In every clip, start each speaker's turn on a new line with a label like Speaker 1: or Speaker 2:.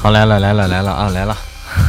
Speaker 1: 好，来了啊，来了。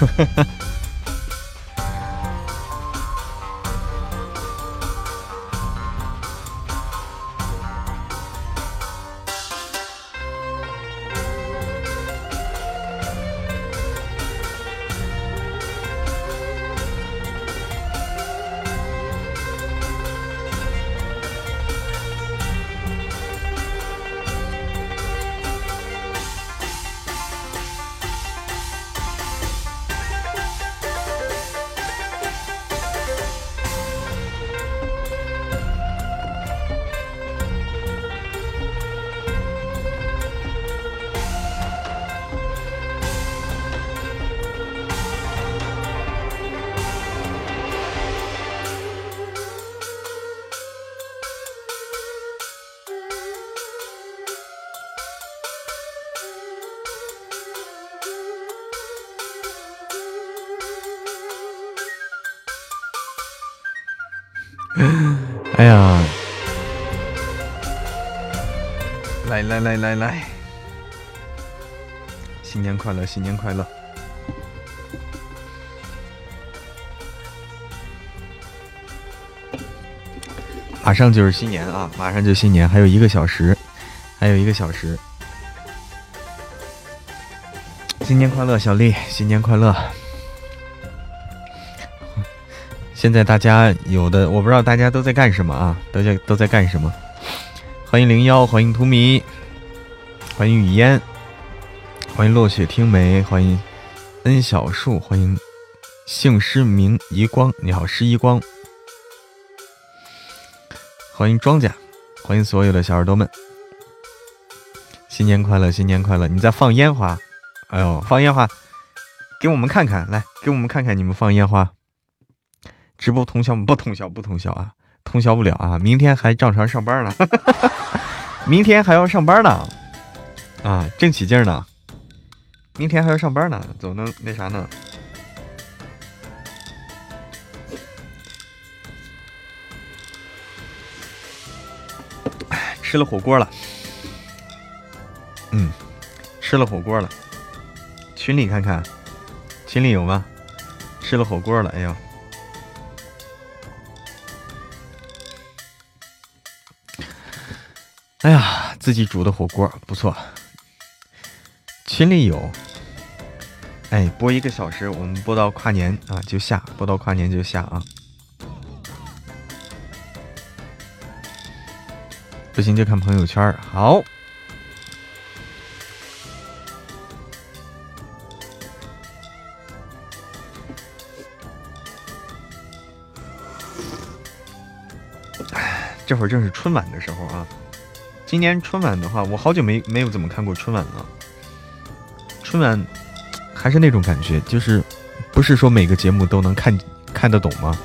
Speaker 1: 哎呀，来，新年快乐，新年快乐！马上就是新年啊，马上就新年，还有1个小时，新年快乐，小丽，新年快乐！现在大家有的我不知道大家都在干什么啊？都在干什么？欢迎01，欢迎图米，欢迎雨烟，欢迎落雪听梅，欢迎恩小树，欢迎姓施明遗光，你好，施遗光，欢迎庄稼，欢迎所有的小耳朵们，新年快乐，新年快乐！你在放烟花？哎呦，放烟花，给我们看看，来，给我们看看你们放烟花。直播通宵不通宵啊，通宵不了啊！明天还照常上班呢，明天还要上班呢，啊，正起劲呢，明天还要上班呢，怎么能那啥呢？吃了火锅了，吃了火锅了，群里看看，群里有吗？吃了火锅了，哎呦！哎呀，自己煮的火锅不错，群里有。哎，播1个小时，我们播到跨年啊就下，播到跨年就下啊。不行就看朋友圈，好。这会儿正是春晚的时候啊。今年春晚的话，我好久没有怎么看过春晚了。春晚还是那种感觉，就是不是说每个节目都能看得懂吗？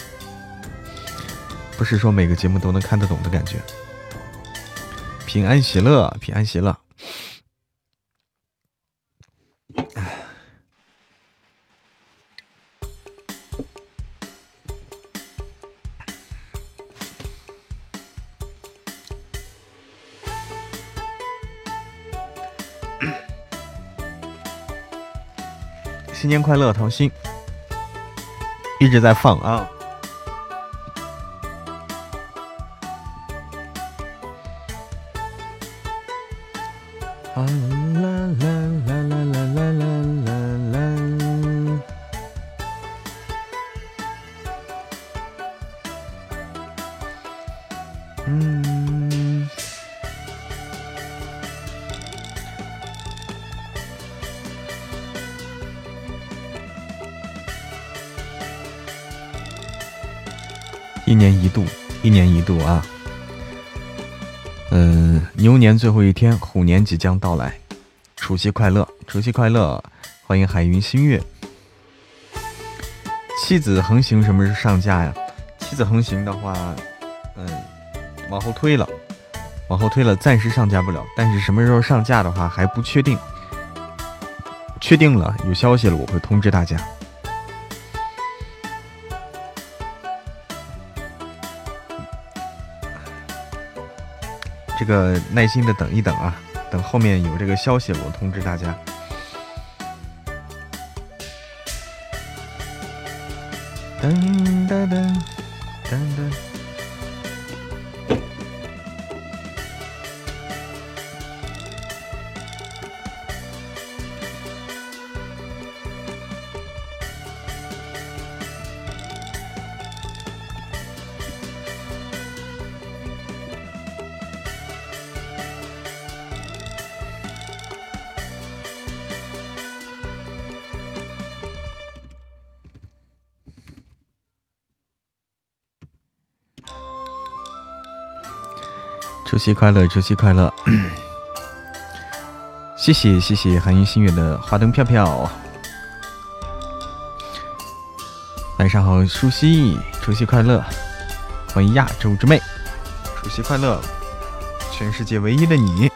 Speaker 1: 不是说每个节目都能看得懂的感觉。平安喜乐，平安喜乐。新年快乐，桃心一直在放啊。啊啦啦啦啦啦啦啦啦！一年一度啊。牛年最后一天，虎年即将到来，除夕快乐，除夕快乐！欢迎海云新月。妻子横行什么时候上架呀？妻子横行的话，往后推了，暂时上架不了。但是什么时候上架的话还不确定，确定了有消息了我会通知大家。这个耐心的等一等啊，等后面有这个消息了我通知大家。 噔噔噔噔噔。除夕快乐，除夕快乐！谢谢谢谢寒云新月的花灯飘飘。晚上好，舒西，除夕快乐！欢迎亚洲之妹，除夕快乐！全世界唯一的你，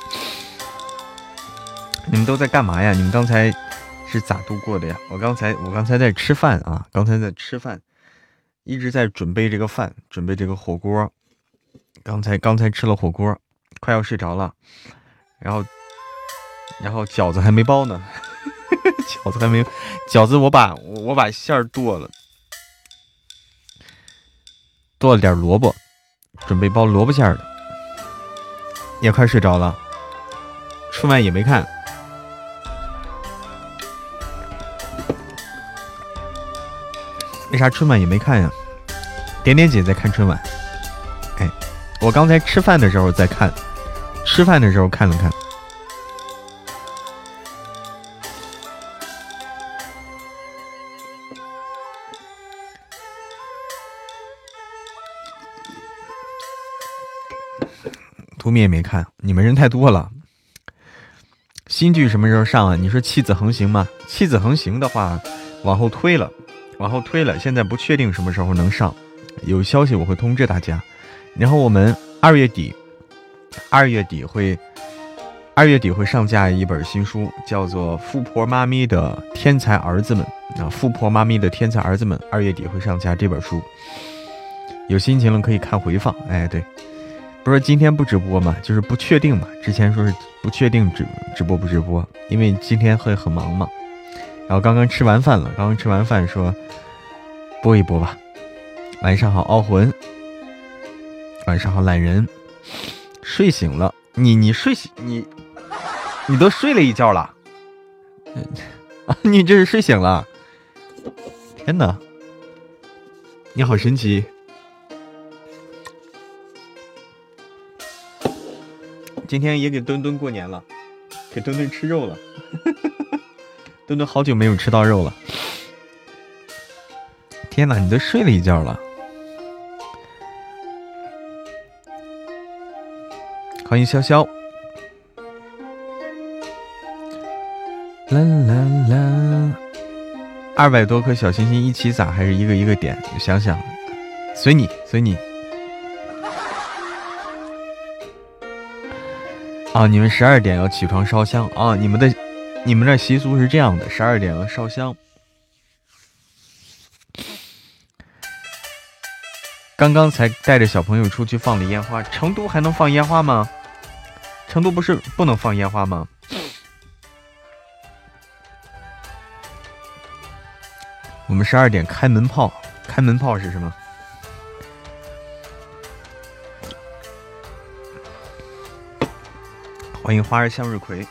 Speaker 1: 你们都在干嘛呀？你们刚才是咋度过的呀？我刚才在吃饭啊，刚才在吃饭，一直在准备这个饭，准备这个火锅。刚才吃了火锅，快要睡着了，然后饺子还没包呢，饺子还没，饺子我把馅儿剁了点萝卜，准备包萝卜馅儿的，也快睡着了，春晚也没看，为啥春晚也没看呀？点点姐在看春晚。我刚才吃饭的时候在看，吃饭的时候看了看。图米也没看，你们人太多了。新剧什么时候上啊？你说弃子横行吗？弃子横行的话，往后推了，现在不确定什么时候能上，有消息我会通知大家。然后我们2月底会上架一本新书，叫做《富婆妈咪的天才儿子们》啊，富婆妈咪的天才儿子们，2月底会上架这本书。有心情了可以看回放。哎，对，不是今天不直播嘛，就是不确定嘛。之前说是不确定直播不直播，因为今天会很忙嘛。然后刚刚吃完饭说播一播吧。晚上好，傲魂。晚上好，懒人。睡醒了，你睡醒你都睡了一觉了啊？你这是睡醒了？天哪，你好神奇！今天也给墩墩过年了，给墩墩吃肉了。墩墩好久没有吃到肉了。天哪，你都睡了一觉了。欢迎潇潇。啦啦啦！200多颗小心心一起撒，还是一个一个点？想想，随你。啊，你们12点要起床烧香啊？你们的习俗是这样的，12点要烧香。刚刚才带着小朋友出去放了烟花，成都还能放烟花吗？成都不是不能放烟花吗？我们12点开门炮，开门炮是什么？欢迎花儿向日葵。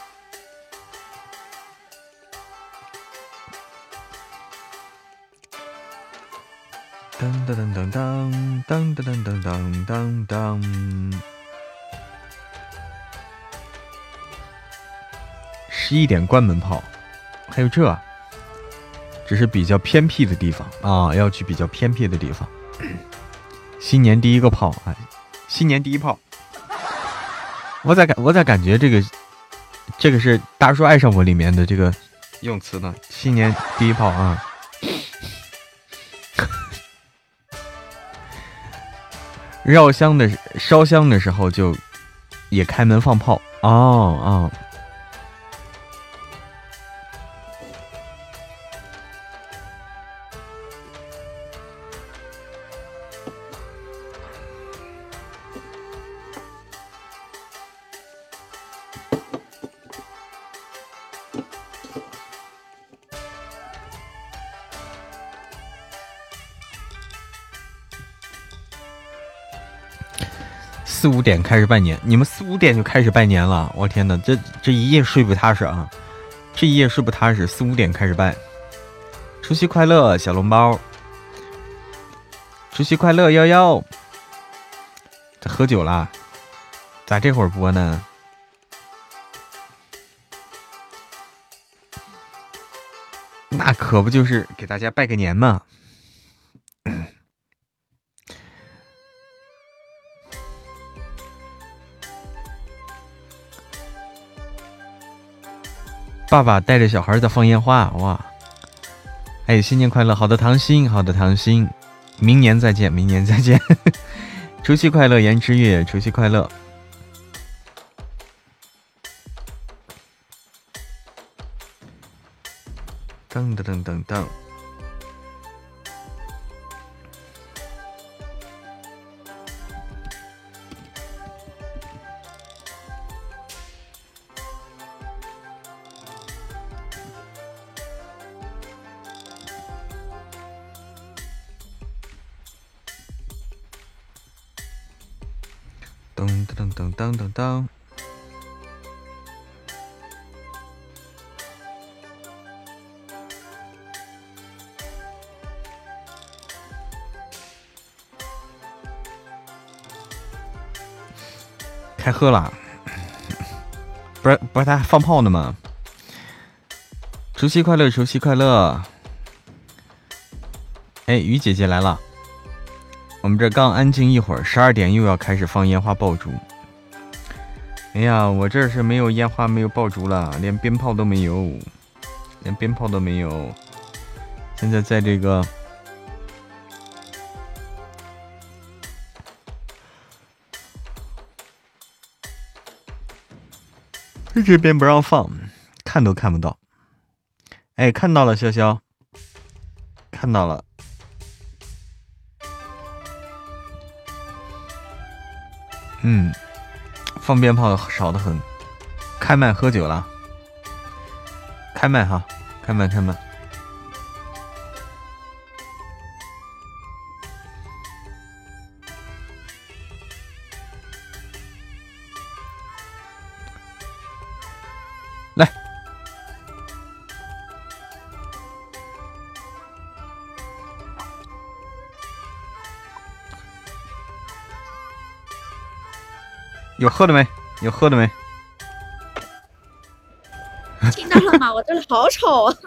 Speaker 1: 当当当当当当当当当当当。11点关门炮，还有这，只是比较偏僻的地方啊，要去比较偏僻的地方。新年第一个炮，哎，新年第一炮。我咋感觉这个是大叔爱上我里面的这个用词呢？新年第一炮啊。烧香的时候就也开门放炮哦。 4、5点开始拜年，你们4、5点就开始拜年了，我天哪，这一夜睡不踏实啊！这一夜睡不踏实，4、5点开始拜。除夕快乐，小笼包！除夕快乐，幺幺！这喝酒啦？咋这会儿播呢？那可不就是给大家拜个年嘛！爸爸带着小孩在放烟花，哇！哎，新年快乐！好的，糖心，好的，糖心，明年再见，明年再见。除夕快乐，颜之月，除夕快乐！噔噔噔噔噔。噔噔噔噔噔噔。开喝了，不是他还放炮呢吗？除夕快乐，除夕快乐！哎，雨姐姐来了。我们这刚安静一会儿，12点又要开始放烟花爆竹。哎呀，我这是没有烟花，没有爆竹了，连鞭炮都没有，连鞭炮都没有。现在在这个这边不让放，看都看不到。哎，看到了，潇潇，看到了。放鞭炮少得很。开麦喝酒了，开麦哈，开麦开麦。来，有喝的没？有喝的没？
Speaker 2: 听到了吗？我这里好吵啊！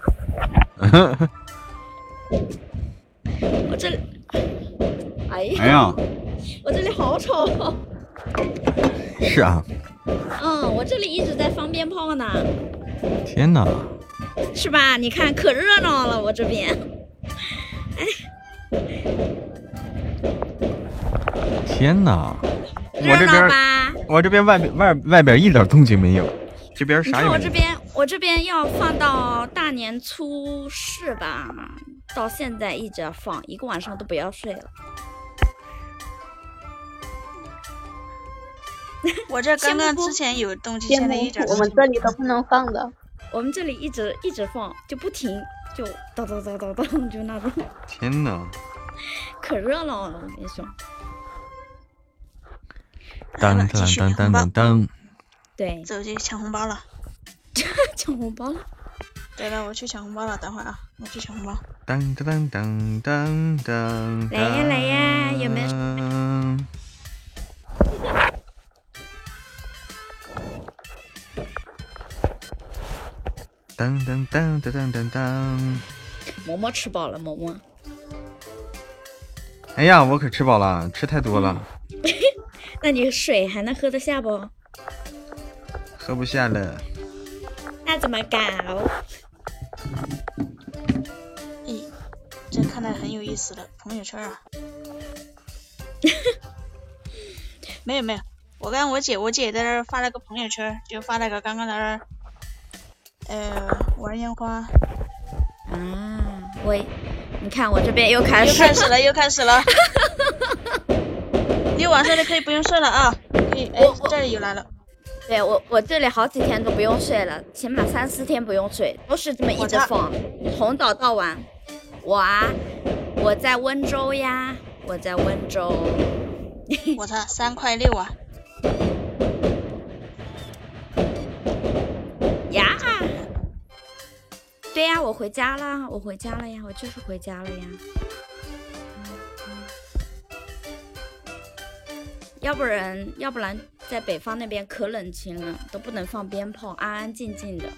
Speaker 2: 我这里，哎呀，我这里好吵。
Speaker 1: 是啊。
Speaker 2: 我这里一直在放鞭炮呢。
Speaker 1: 天哪！
Speaker 2: 是吧？你看可热闹了，我这边。哎。
Speaker 1: 天哪！
Speaker 2: 热闹吧？
Speaker 1: 我这边外边一点动静没有，这边啥也没有。
Speaker 2: 你看我这边要放到大年初4吧，到现在一直放，一个晚上都不要睡了。
Speaker 3: 我这刚刚之前有动静，现在一点。
Speaker 4: 我们这里都不能放的，
Speaker 2: 我们这里一直放，就不停，就叨叨叨叨叨，就那种。
Speaker 1: 天哪！
Speaker 2: 可热闹了，我跟你说。
Speaker 1: 当当当当当当。
Speaker 2: 对，
Speaker 3: 走去抢红包了。
Speaker 2: 抢红包了。
Speaker 3: 对了，我去抢红包了，等会儿啊，我去抢红包。
Speaker 1: 当当当当当。
Speaker 2: 来呀来呀，有没有？
Speaker 1: 当当当当当当当。
Speaker 2: 嬷嬷吃饱了，嬷嬷。
Speaker 1: 哎呀，我可吃饱了，吃太多了。
Speaker 2: 那你水还能喝得下不？
Speaker 1: 喝不下了。
Speaker 2: 那怎么搞？
Speaker 3: 咦，这看来很有意思的朋友圈啊。没有，我跟我姐在这儿发了个朋友圈，就发了个刚刚在那儿玩烟花。
Speaker 2: 你看我这边又开始
Speaker 3: 了。你晚上就可以不用睡了啊！可以，这里又来了。
Speaker 2: 对，我这里好几天都不用睡了，起码3、4天不用睡，都是这么一直放，从早到晚。我在温州呀，我在温州。
Speaker 3: 我操，3块6啊！
Speaker 2: 对呀，我回家了，我回家了呀，我就是回家了呀。要不然在北方那边可冷清了，都不能放鞭炮，安安静静的。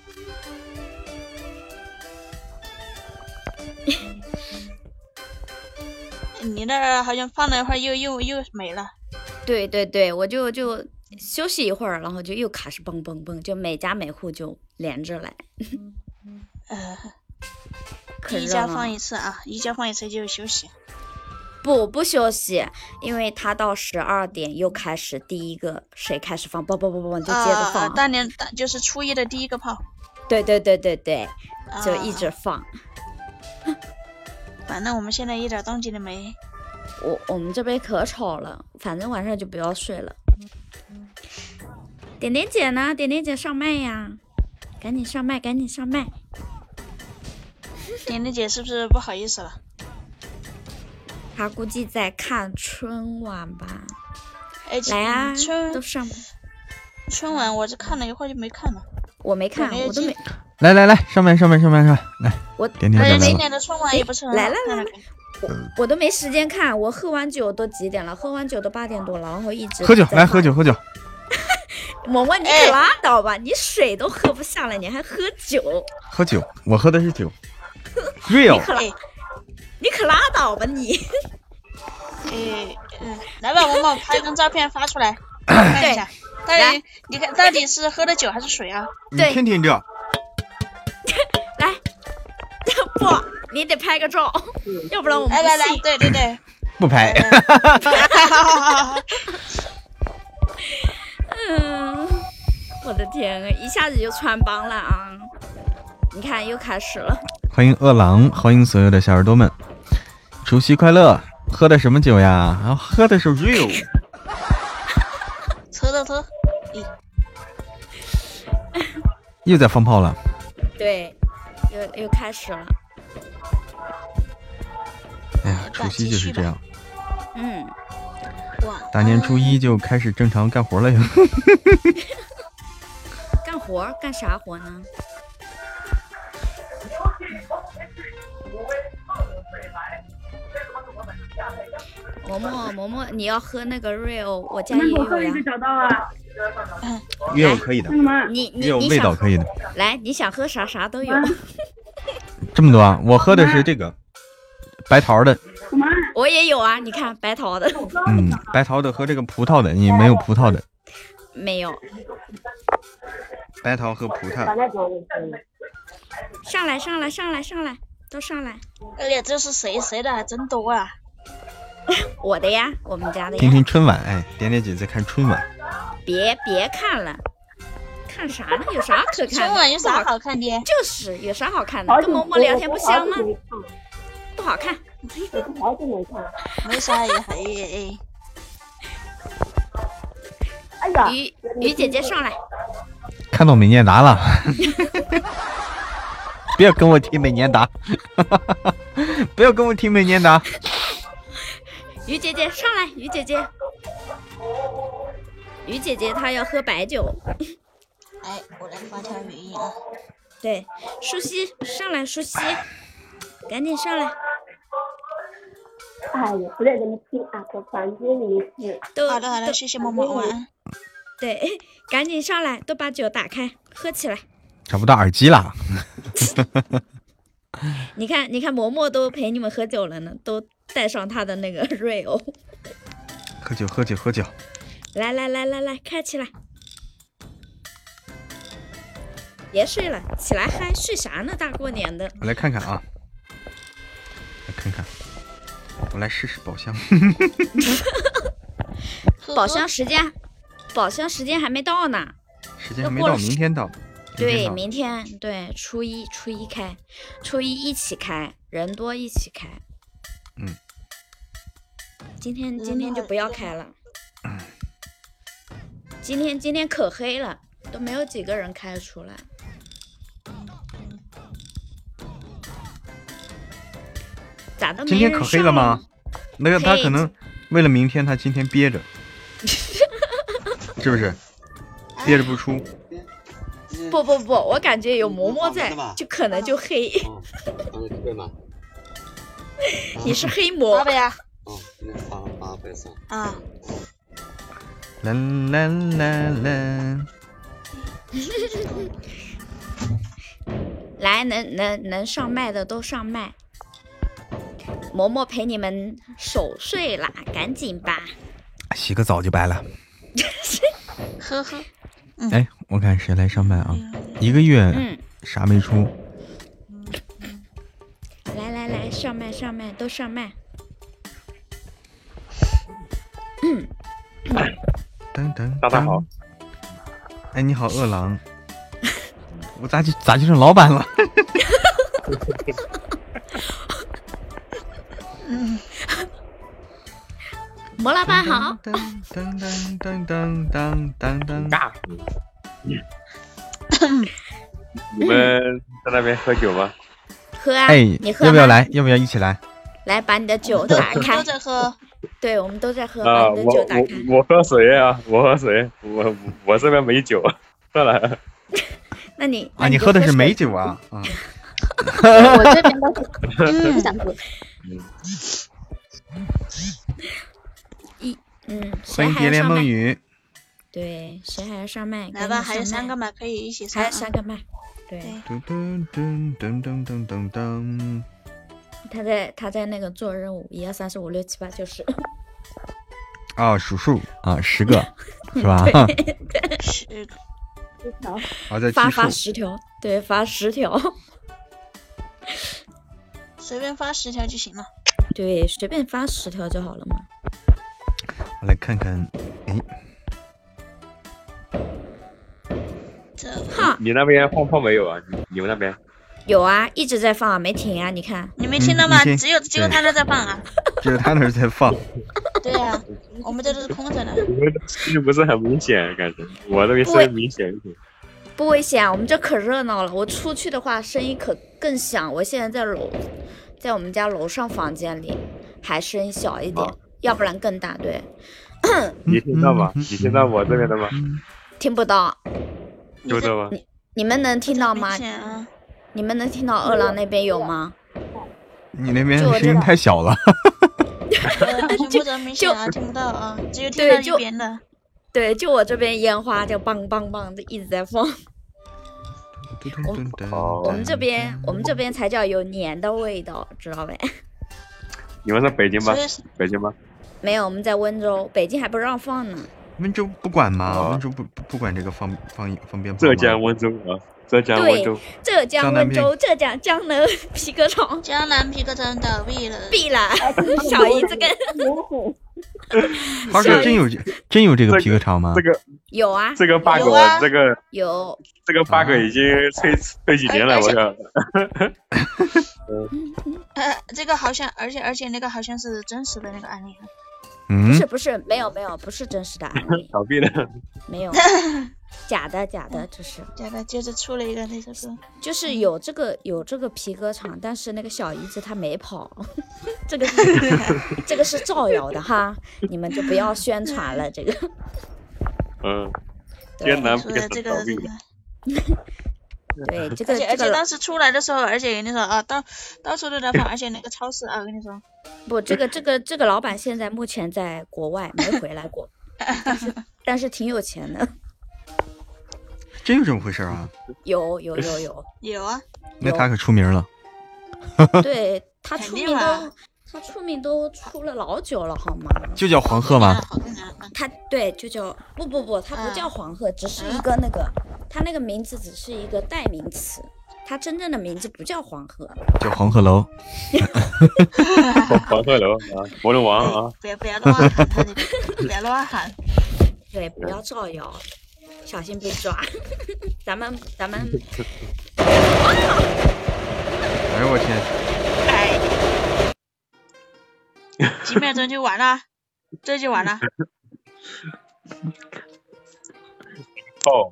Speaker 3: 你那儿好像放了一会儿又没了。
Speaker 2: 对对对，我就休息一会儿，然后就又开始蹦蹦蹦，就每家每户就连着来。
Speaker 3: 一家放一次啊，一家放一次就休息。
Speaker 2: 不休息，因为他到12点又开始第一个谁开始放，嘣嘣嘣嘣就接着放。
Speaker 3: 大年就是初一的第一个炮。
Speaker 2: 对，就一直放。
Speaker 3: 反正我们现在一点动静都没。
Speaker 2: 我们这边可吵了，反正晚上就不要睡了。点点姐呢？点点姐上麦呀，赶紧上麦，赶紧上麦。
Speaker 3: 点点姐是不是不好意思了？
Speaker 2: 她估计在看春晚吧。
Speaker 3: 来
Speaker 2: 啊，都上。
Speaker 3: 春晚我这看了一会儿就没看了。
Speaker 2: 我没看，我都没。
Speaker 1: 来，上麦，来。
Speaker 2: 我
Speaker 1: 点点姐
Speaker 3: 今年的春晚也不是很好。
Speaker 2: 来，我都没时间看，我喝完酒都几点了？喝完酒都8点多了，然后一直
Speaker 1: 喝酒，来喝酒。
Speaker 2: 嬷嬷，你可拉倒吧，你水都喝不下了，你还喝酒？
Speaker 1: 喝酒，我喝的是酒。real。
Speaker 2: 你可拉倒吧你！
Speaker 3: 来吧，嬷嬷拍张照片发出来看一下。来，你看到底是喝的酒还是水啊？
Speaker 2: 对，
Speaker 1: 听听着。
Speaker 2: 来，不，你得拍个照，要不然我们
Speaker 3: 来，对，
Speaker 1: 不拍。
Speaker 2: 我的天啊，一下子就穿帮了啊！你看又开始了。
Speaker 1: 欢迎饿狼，欢迎所有的小耳朵们，除夕快乐！喝的什么酒呀？然后喝的是 real。
Speaker 3: 抽。
Speaker 1: 又在放炮了。
Speaker 2: 对，又开始了。
Speaker 1: 哎呀，除夕就是这样。大年初一就开始正常干活了呀。
Speaker 2: 干活干啥活呢？嬷嬷，你要喝那个 real， 我家也有呀。
Speaker 1: real 可以的，
Speaker 2: 你
Speaker 1: 味道可以的。
Speaker 2: 来，你想喝啥都有。
Speaker 1: 这么多啊！我喝的是这个白桃的。
Speaker 2: 我也有啊，你看白桃的。
Speaker 1: 白桃的和这个葡萄的，你没有葡萄的？
Speaker 2: 没有。
Speaker 1: 白桃和葡萄。
Speaker 2: 上来，都上来。
Speaker 3: 哎呀，这是谁的还真多啊！
Speaker 2: 我的呀，我们家的呀。
Speaker 1: 听听春晚，点点姐在看春晚。
Speaker 2: 别看了，看啥呢？有啥可看的？
Speaker 3: 春晚有啥好看的？
Speaker 2: 就是有啥好看的？跟嬷嬷聊天不香吗？不好看。
Speaker 3: 没啥也还
Speaker 2: 于姐姐上来。
Speaker 1: 看到美年达了。不要跟我提美年达。不要跟我提美年达。
Speaker 2: 于姐姐上来，于姐姐她要喝白酒。
Speaker 3: 我来发条语音啊。
Speaker 2: 对，舒淇上来，舒淇，赶紧上来。
Speaker 4: 我不在这里听啊，在房间里面听。
Speaker 3: 好的，谢谢嬷嬷，晚安。
Speaker 2: 对，赶紧上来，都把酒打开，喝起来。
Speaker 1: 找不到耳机啦。
Speaker 2: 你看，嬷嬷都陪你们喝酒了呢，都带上他的那个 real。
Speaker 1: 喝酒。
Speaker 2: 来，开起来。别睡了，起来嗨，睡啥呢？大过年的。
Speaker 1: 我来看看啊，我来试试宝箱。
Speaker 2: 宝箱时间还没到呢。
Speaker 1: 时间还没到，明天到。
Speaker 2: 对，明天对，初一开，初一一起开，人多一起开。今天就不要开了。今天可黑了，都没有几个人开出来。咋都没人上？
Speaker 1: 今天可黑了吗？那个他可能为了明天，他今天憋着，是不是？憋着不出。
Speaker 2: 不，我感觉有嬷嬷在，就可能就黑。
Speaker 5: 对吗？
Speaker 2: 你是黑魔。
Speaker 3: 800呀。
Speaker 5: 哦，那800上。
Speaker 3: 啊。
Speaker 1: 啦啦啦啦。
Speaker 2: 来，能上麦的都上麦。嬷嬷陪你们守岁啦，赶紧吧。
Speaker 1: 洗个澡就白了。
Speaker 3: 呵呵。
Speaker 1: 哎，我看谁来上麦啊？1个月，啥没出？
Speaker 2: 来，上麦，都上麦。
Speaker 6: 大家好。
Speaker 1: 哎，你好，饿狼。我咋就成老板了？
Speaker 2: 魔老板好。
Speaker 6: 你们在那边喝酒吗？
Speaker 2: 喝啊！
Speaker 1: 哎，
Speaker 2: 你喝
Speaker 1: 要不要来？要不要一起来？
Speaker 2: 来，把你的酒打开。
Speaker 3: 都在喝。
Speaker 2: 对，我们都在喝。把你的酒打开。
Speaker 6: 我喝水啊，我喝水。我这边没酒，算了。
Speaker 2: 那你
Speaker 1: 啊，你喝的是美酒啊？啊。
Speaker 4: 我这边都是不想喝。
Speaker 2: 欢
Speaker 1: 迎蝶恋梦雨。
Speaker 2: 对，谁还要上麦？
Speaker 3: 来吧，还有3个麦可以一起上。
Speaker 2: 还有3个麦。对。
Speaker 1: 噔。
Speaker 2: 他在那个做任务，1、2、3、4、5、6、7、8、9、10。
Speaker 1: 哦，数数啊，10个是吧
Speaker 3: ？10个。
Speaker 1: 哦，在
Speaker 2: 发10条，对，发10条。
Speaker 3: 随便发10条就行了。
Speaker 2: 对，随便发10条就好了嘛。
Speaker 1: 我来看看，哎。
Speaker 6: 你那边放没有啊？你们那边？
Speaker 2: 有啊，一直在放，没停啊！你看，
Speaker 3: 你没听到吗？只有他那在放啊。
Speaker 1: 只有他那在放。
Speaker 3: 对呀，我们这都是空着的。
Speaker 6: 你们的声音不是很明显，感觉我这边声音明显一点。
Speaker 2: 不危险，我们这可热闹了。我出去的话，声音可更响。我现在在我们家楼上房间里，还声音小一点，要不然更大。对。
Speaker 6: 你听到吗？你听到我这边的吗？
Speaker 2: 听不到。
Speaker 6: 听到吗？
Speaker 2: 你们能听到吗？你们能听到二郎那边有吗？
Speaker 1: 你那边声音太小了。
Speaker 3: 听不着明显啊，听不到啊，只有听到一边的。
Speaker 2: 对，就我这边烟花就梆梆梆的一直在放。我们这边才叫有年的味道，知道呗？
Speaker 6: 你们在北京吗？北京吗？
Speaker 2: 没有，我们在温州，北京还不让放呢。
Speaker 1: 温州不管吗？温州不管这个方便。
Speaker 6: 浙江温州啊，浙江温州，
Speaker 2: 浙江温州，浙江江南皮革厂，
Speaker 3: 江南皮革厂倒闭了，
Speaker 2: 小姨子跟。
Speaker 1: 华哥真有这个皮革厂吗？
Speaker 6: 这个
Speaker 2: 有啊，
Speaker 6: 这个 bug 这个
Speaker 2: 有
Speaker 6: 这个 bug 已经吹几年了，我想。
Speaker 3: 这个好像，而且那个好像是真实的那个案例。
Speaker 2: 不是，没有，不是真实的案例。
Speaker 6: 倒闭了。
Speaker 2: 没有，假的，这是
Speaker 3: 假的，就是出了一个那个，
Speaker 2: 就是有这个皮革厂，但是那个小姨子她没跑，这个是造谣的哈，你们就不要宣传了这个。
Speaker 6: 江南皮革
Speaker 3: 厂倒闭了。
Speaker 2: 对，这个
Speaker 3: 而且当时出来的时候，而且跟你说啊，到处都在放，而且那个超市啊，我跟你说，
Speaker 2: 不，这个老板现在目前在国外没回来过，但是挺有钱的。
Speaker 1: 真有这么回事啊？
Speaker 2: 有
Speaker 3: 啊。
Speaker 1: 那他可出名了。
Speaker 2: 对，他出名都出了老久了，好吗？
Speaker 1: 就叫黄鹤吗？
Speaker 2: 他对，就叫不，他不叫黄鹤，只是一个那个，他那个名字只是一个代名词，他真正的名字不叫黄鹤，
Speaker 1: 叫黄鹤楼。
Speaker 6: 黄鹤楼啊，魔龙王啊！
Speaker 3: 不要乱喊，不要乱喊。
Speaker 2: 对，不要造谣，小心被抓。咱们。哎
Speaker 1: 呦我天！
Speaker 3: 几秒钟就完了，这就完了。
Speaker 6: 哦，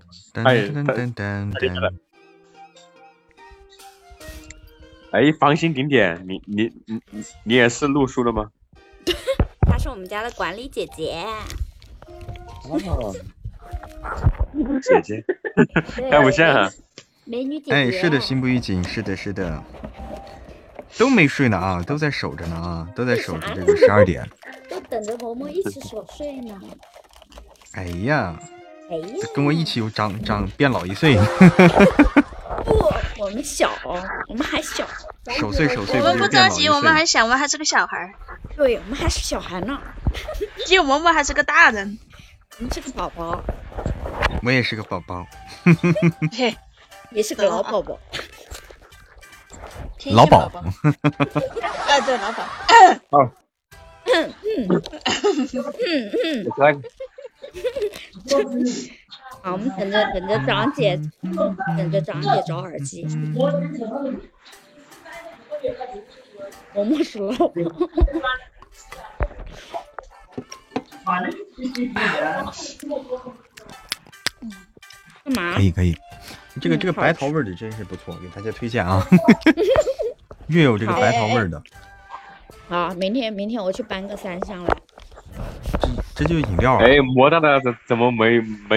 Speaker 6: 哎，房型顶点，你也是录书的吗？
Speaker 2: 她是我们家的管理姐姐。
Speaker 6: 哦，姐姐。 还不像啊。
Speaker 2: 美女姐姐。
Speaker 1: 哎，是的，心不预警，是的，是的，都没睡呢啊，都在守着呢啊，都在守着这个12点。
Speaker 2: 都等着嬷嬷一起守岁呢。
Speaker 1: 哎呀，
Speaker 2: 哎呀，
Speaker 1: 跟我一起变老1岁。
Speaker 2: 不，我们小，我们还小。
Speaker 1: 守岁
Speaker 3: 我们不着急，我们还小，我们还是个小孩。
Speaker 2: 对，我们还是小孩呢。
Speaker 3: 只有嬷嬷还是个大人。
Speaker 2: 我们是个宝宝。
Speaker 1: 我也是个宝宝。
Speaker 3: 嘿。
Speaker 2: 也是个老宝宝，
Speaker 1: 老宝，
Speaker 3: 哎，对，老宝。
Speaker 6: 哦。
Speaker 2: 好，我们等着长姐，找耳机。嬷嬷是老宝。干嘛？
Speaker 1: 可以。这个白桃味的真是不错，给大家推荐啊！越有这个白桃味的。
Speaker 2: 好，明天我去搬个3箱来。
Speaker 1: 这就是饮料。
Speaker 6: 哎，莫大大怎么没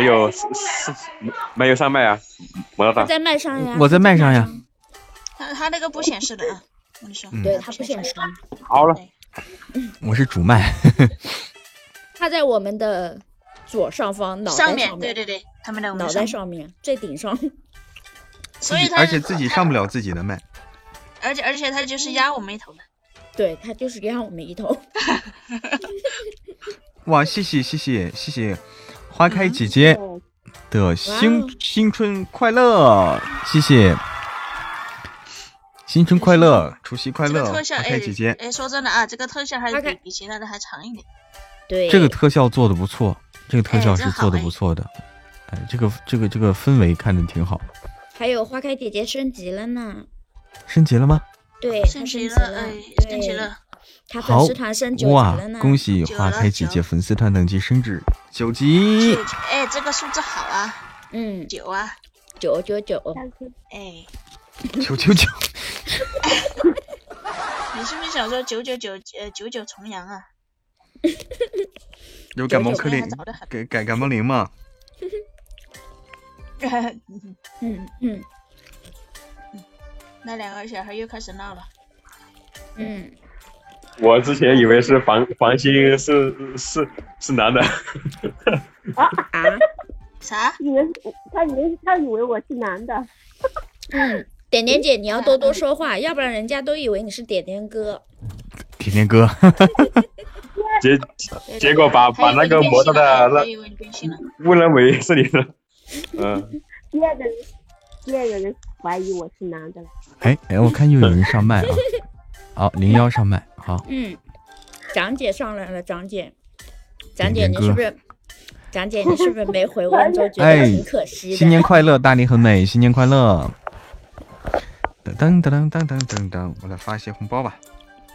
Speaker 6: 有上麦啊？莫大大。
Speaker 2: 他在麦上呀。
Speaker 1: 我在麦上呀。
Speaker 3: 他那个不显示的啊，我跟你说。
Speaker 2: 对，他不显示。
Speaker 6: 好了。
Speaker 1: 我是主麦。
Speaker 2: 他在我们的左上方，脑袋上面。
Speaker 3: 对，他们的
Speaker 2: 脑袋上面最顶上。
Speaker 3: 所以
Speaker 1: 而且自己上不了自己的麦。
Speaker 3: 而且他就是压我们一头的。
Speaker 2: 对，他就是压我们一头。
Speaker 1: 哇，谢谢花开姐姐的新春快乐，谢谢新春快乐，除夕快乐，花开姐姐。
Speaker 3: 哎，说真的啊，这个特效还是比其他的还长一点。
Speaker 2: 对，
Speaker 1: 这个特效做的不错，这个特效是做的不错的。哎，这个氛围看着挺好。
Speaker 2: 还有花开姐姐升级了呢。
Speaker 1: 升级了吗？
Speaker 2: 对，
Speaker 3: 升级了，升级了。
Speaker 2: 他粉丝团升9级了呢。
Speaker 1: 哇，恭喜花开姐姐粉丝团等级升至9级。
Speaker 3: 哎，这个数字好啊。9啊。
Speaker 2: 999。
Speaker 3: 哎。
Speaker 1: 999。
Speaker 3: 你是不是想说999重阳啊？
Speaker 1: 有感冒克林，感冒灵吗？
Speaker 3: 那2个小孩又开始闹了。
Speaker 6: 我之前以为是房心是男的。
Speaker 3: 啥？
Speaker 4: 他以为我是男的。
Speaker 2: 点点姐，你要多多说话，要不然人家都以为你是点点哥。
Speaker 1: 点点哥。
Speaker 6: 结果把那个摩托的误认为是你的。
Speaker 4: 第二个人怀疑我是男的了。
Speaker 1: 哎，我看又有人上麦啊！好，01上麦，好。
Speaker 2: 长姐上来了，长姐你是不是？长姐你是不是没回温州，觉得挺可惜的？
Speaker 1: 新年快乐，大力很美，新年快乐！噔噔噔噔噔噔噔，我来发一些红包吧。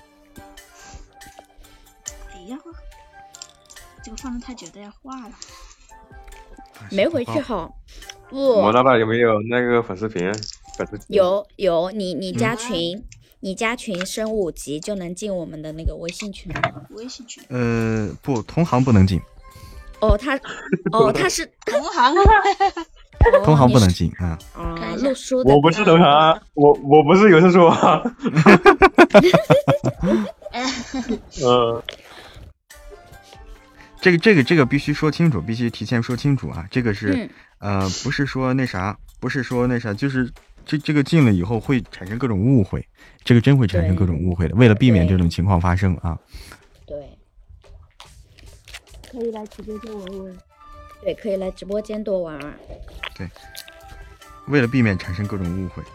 Speaker 3: 哎呀，这个放的太久都要化了。
Speaker 2: 没回去好。
Speaker 6: 莫大大有没有那个粉丝群？
Speaker 2: 有，你加群，你加群升5级就能进我们的那个微信群。
Speaker 1: 不，同行不能进。
Speaker 2: 他是
Speaker 3: 同行。
Speaker 1: 同行不能进啊。
Speaker 2: 录书的。
Speaker 6: 我不是同行啊，我不是有人说啊。
Speaker 1: 这个必须说清楚，必须提前说清楚啊！这个是不是说那啥，就是这个进了以后会产生各种误会，这个真会产生各种误会的。为了避免这种情况发生啊，
Speaker 2: 对，
Speaker 4: 可以来直播间玩玩。
Speaker 2: 对，可以来直播间多玩玩。
Speaker 1: 对，为了避免产生各种误会。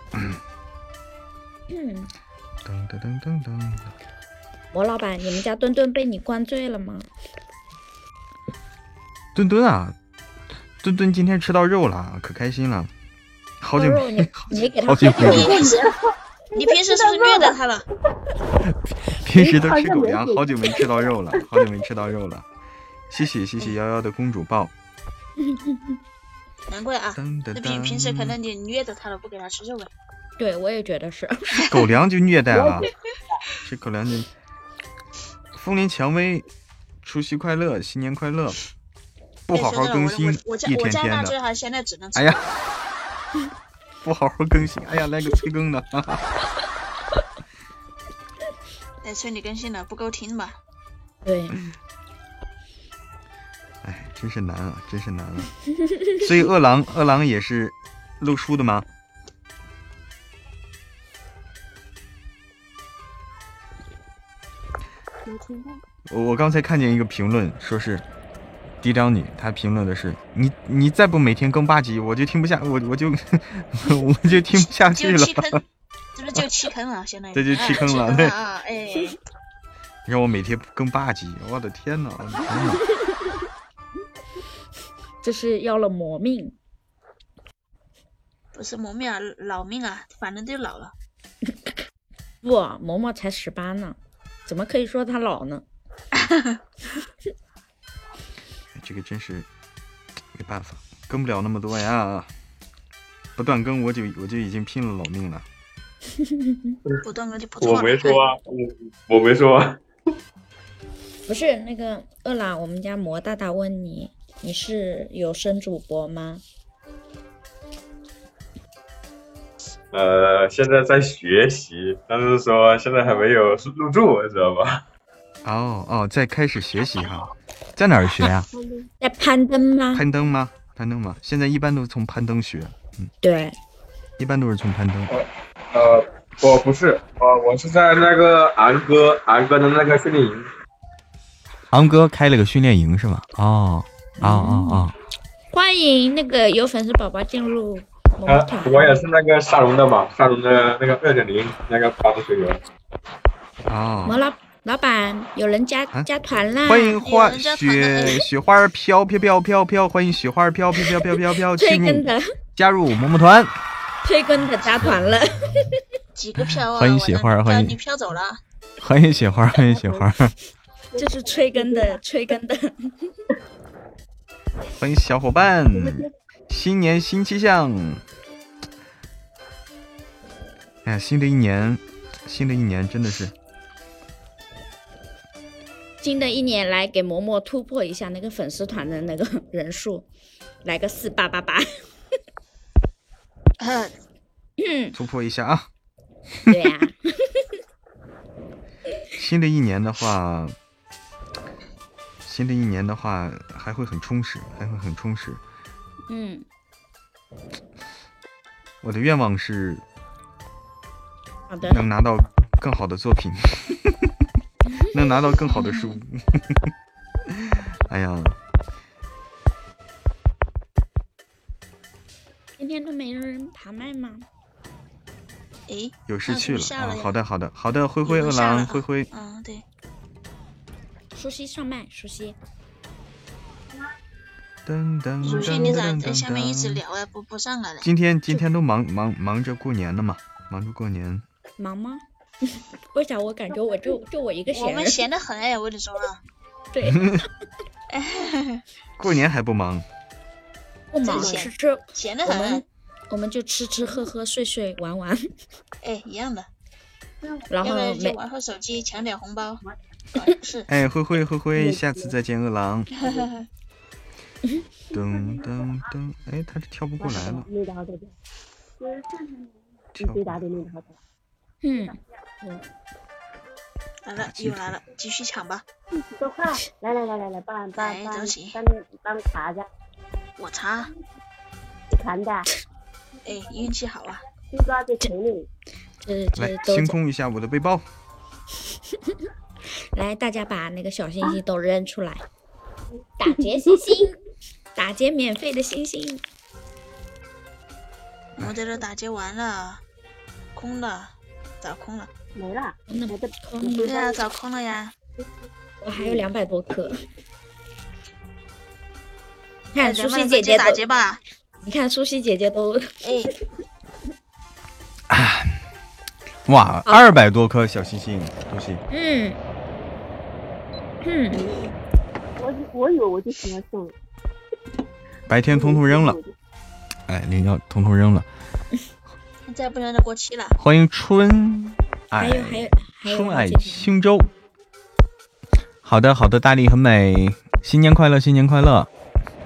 Speaker 1: 噔噔噔噔噔。
Speaker 2: 魔老板，你们家墩墩被你灌醉了吗？
Speaker 1: 墩墩啊，墩墩今天吃到肉了，可开心了，好久
Speaker 2: 你给他
Speaker 1: 好久没
Speaker 3: 你平时是不是虐待他了？
Speaker 1: 平时都吃狗粮，好久没吃到肉了，谢谢11的公主抱。
Speaker 3: 难怪啊，这平时可能你虐待他了，不给他吃肉呗。
Speaker 2: 对，我也觉得是。
Speaker 1: 狗粮就虐待了，吃狗粮就。风林蔷薇，除夕快乐，新年快乐。 不好好更新，
Speaker 3: 我
Speaker 1: 一天
Speaker 3: 家
Speaker 1: 天的。
Speaker 3: 那最好现在只能吃。
Speaker 1: 哎呀，不好好更新，哎呀，来个催更的。
Speaker 3: 得催你更新了，不够听吧？
Speaker 2: 对，
Speaker 1: 哎，真是难啊，真是难啊。所以饿狼也是录书的吗？我刚才看见一个评论，说是低调女，她评论的是你再不每天更8集，我就听不下，我就我就听不下去了。
Speaker 3: 就弃坑，是不是就弃坑了？现在
Speaker 1: 这就弃坑了，对
Speaker 3: 啊，哎，
Speaker 1: 让我每天更8集，我的天哪！
Speaker 2: 这是要了魔命。
Speaker 3: 不是磨命啊，老命啊，反正就老了。
Speaker 2: 不，嬷嬷才18呢，怎么可以说她老呢？
Speaker 1: 这个真是没办法，更不了那么多呀！不断更我就已经拼了老命了。
Speaker 3: 不断更就不错了。
Speaker 6: 我没说啊，我没说啊。
Speaker 2: 不是那个饿狼，我们家魔大大问你，你是有声主播吗？
Speaker 6: 现在在学习，但是说现在还没有入驻，知道吧？
Speaker 1: 哦，在开始学习哈，在哪儿学呀？
Speaker 2: 在攀登吗？
Speaker 1: 攀登吗？攀登吗？现在一般都是从攀登学，
Speaker 2: 对，
Speaker 1: 一般都是从攀登。
Speaker 6: 我不是，我是在那个昂哥的那个训练营。
Speaker 1: 昂哥开了个训练营是吗？哦，
Speaker 2: 欢迎那个有粉丝宝宝进入萌团。
Speaker 6: 我也是那个沙龙的嘛，沙龙的那个2.0那个8的学员。
Speaker 2: 魔老板，有人加团啦！
Speaker 1: 欢迎雪花飘飘飘飘飘，欢迎雪花飘飘飘飘飘飘进入加入萌萌团。
Speaker 2: 催更的加团了，
Speaker 3: 几个票啊！
Speaker 1: 欢迎雪花，欢迎
Speaker 3: 你票走了。
Speaker 1: 欢迎雪花，欢迎雪花。
Speaker 2: 这是催更的。
Speaker 1: 欢迎小伙伴，新年新气象。哎呀，新的一年真的是。
Speaker 2: 新的一年来给嬷嬷突破一下那个粉丝团的那个人数，来个4888。
Speaker 1: 突破一下啊！
Speaker 2: 对呀、
Speaker 1: 新的一年的话还会很充实，我的愿望是
Speaker 2: 好的，
Speaker 1: 能拿到更好的作品，能拿到更好的书。哎呀，
Speaker 2: 今天都没人爬麦吗？
Speaker 3: 诶，
Speaker 1: 有事去了啊！
Speaker 3: 了
Speaker 1: 好的，灰灰饿狼，灰，
Speaker 3: 对。
Speaker 2: 舒西上麦，舒西。
Speaker 3: 舒西，你咋在下面一直聊啊？不上来了？
Speaker 1: 今天都忙着过年呢嘛，忙着过年。
Speaker 2: 忙吗？为啥我感觉我就我一个闲人？
Speaker 3: 我们闲得很哎，我跟你说了。
Speaker 2: 对。
Speaker 1: 过年还不忙？
Speaker 2: 不忙，吃，
Speaker 3: 闲得很。
Speaker 2: 我们就吃喝喝睡玩。
Speaker 3: 哎，一样的。
Speaker 2: 然后
Speaker 3: 就玩会手机，抢点红包。是。
Speaker 1: 哎，灰，下次再见，饿狼。噔，哎，他这跳不过来了。
Speaker 3: 来了，又来了，继续抢吧。
Speaker 4: 都快，来，帮查一下。
Speaker 3: 我查。
Speaker 4: 你看的。
Speaker 3: 哎，运气好啊！
Speaker 1: 来清空一下我的背包。
Speaker 2: 来，大家把那个小星星都扔出来，打劫星星，打劫免费的星星。
Speaker 3: 我在这打劫完了，空了，找空了，
Speaker 4: 没了，
Speaker 3: 对啊，找空了呀。
Speaker 2: 我还有200多颗。看舒西姐姐
Speaker 3: 打劫吧。
Speaker 2: 你看舒西姐姐都
Speaker 1: 哇，200多颗小星星，舒西。
Speaker 4: 我有我就喜欢送。
Speaker 1: 白天通通扔了，哎，领药通通扔了。
Speaker 3: 再不扔就过期了。
Speaker 1: 欢迎春爱，春爱星洲。好的，大力很美，新年快乐，新年快乐。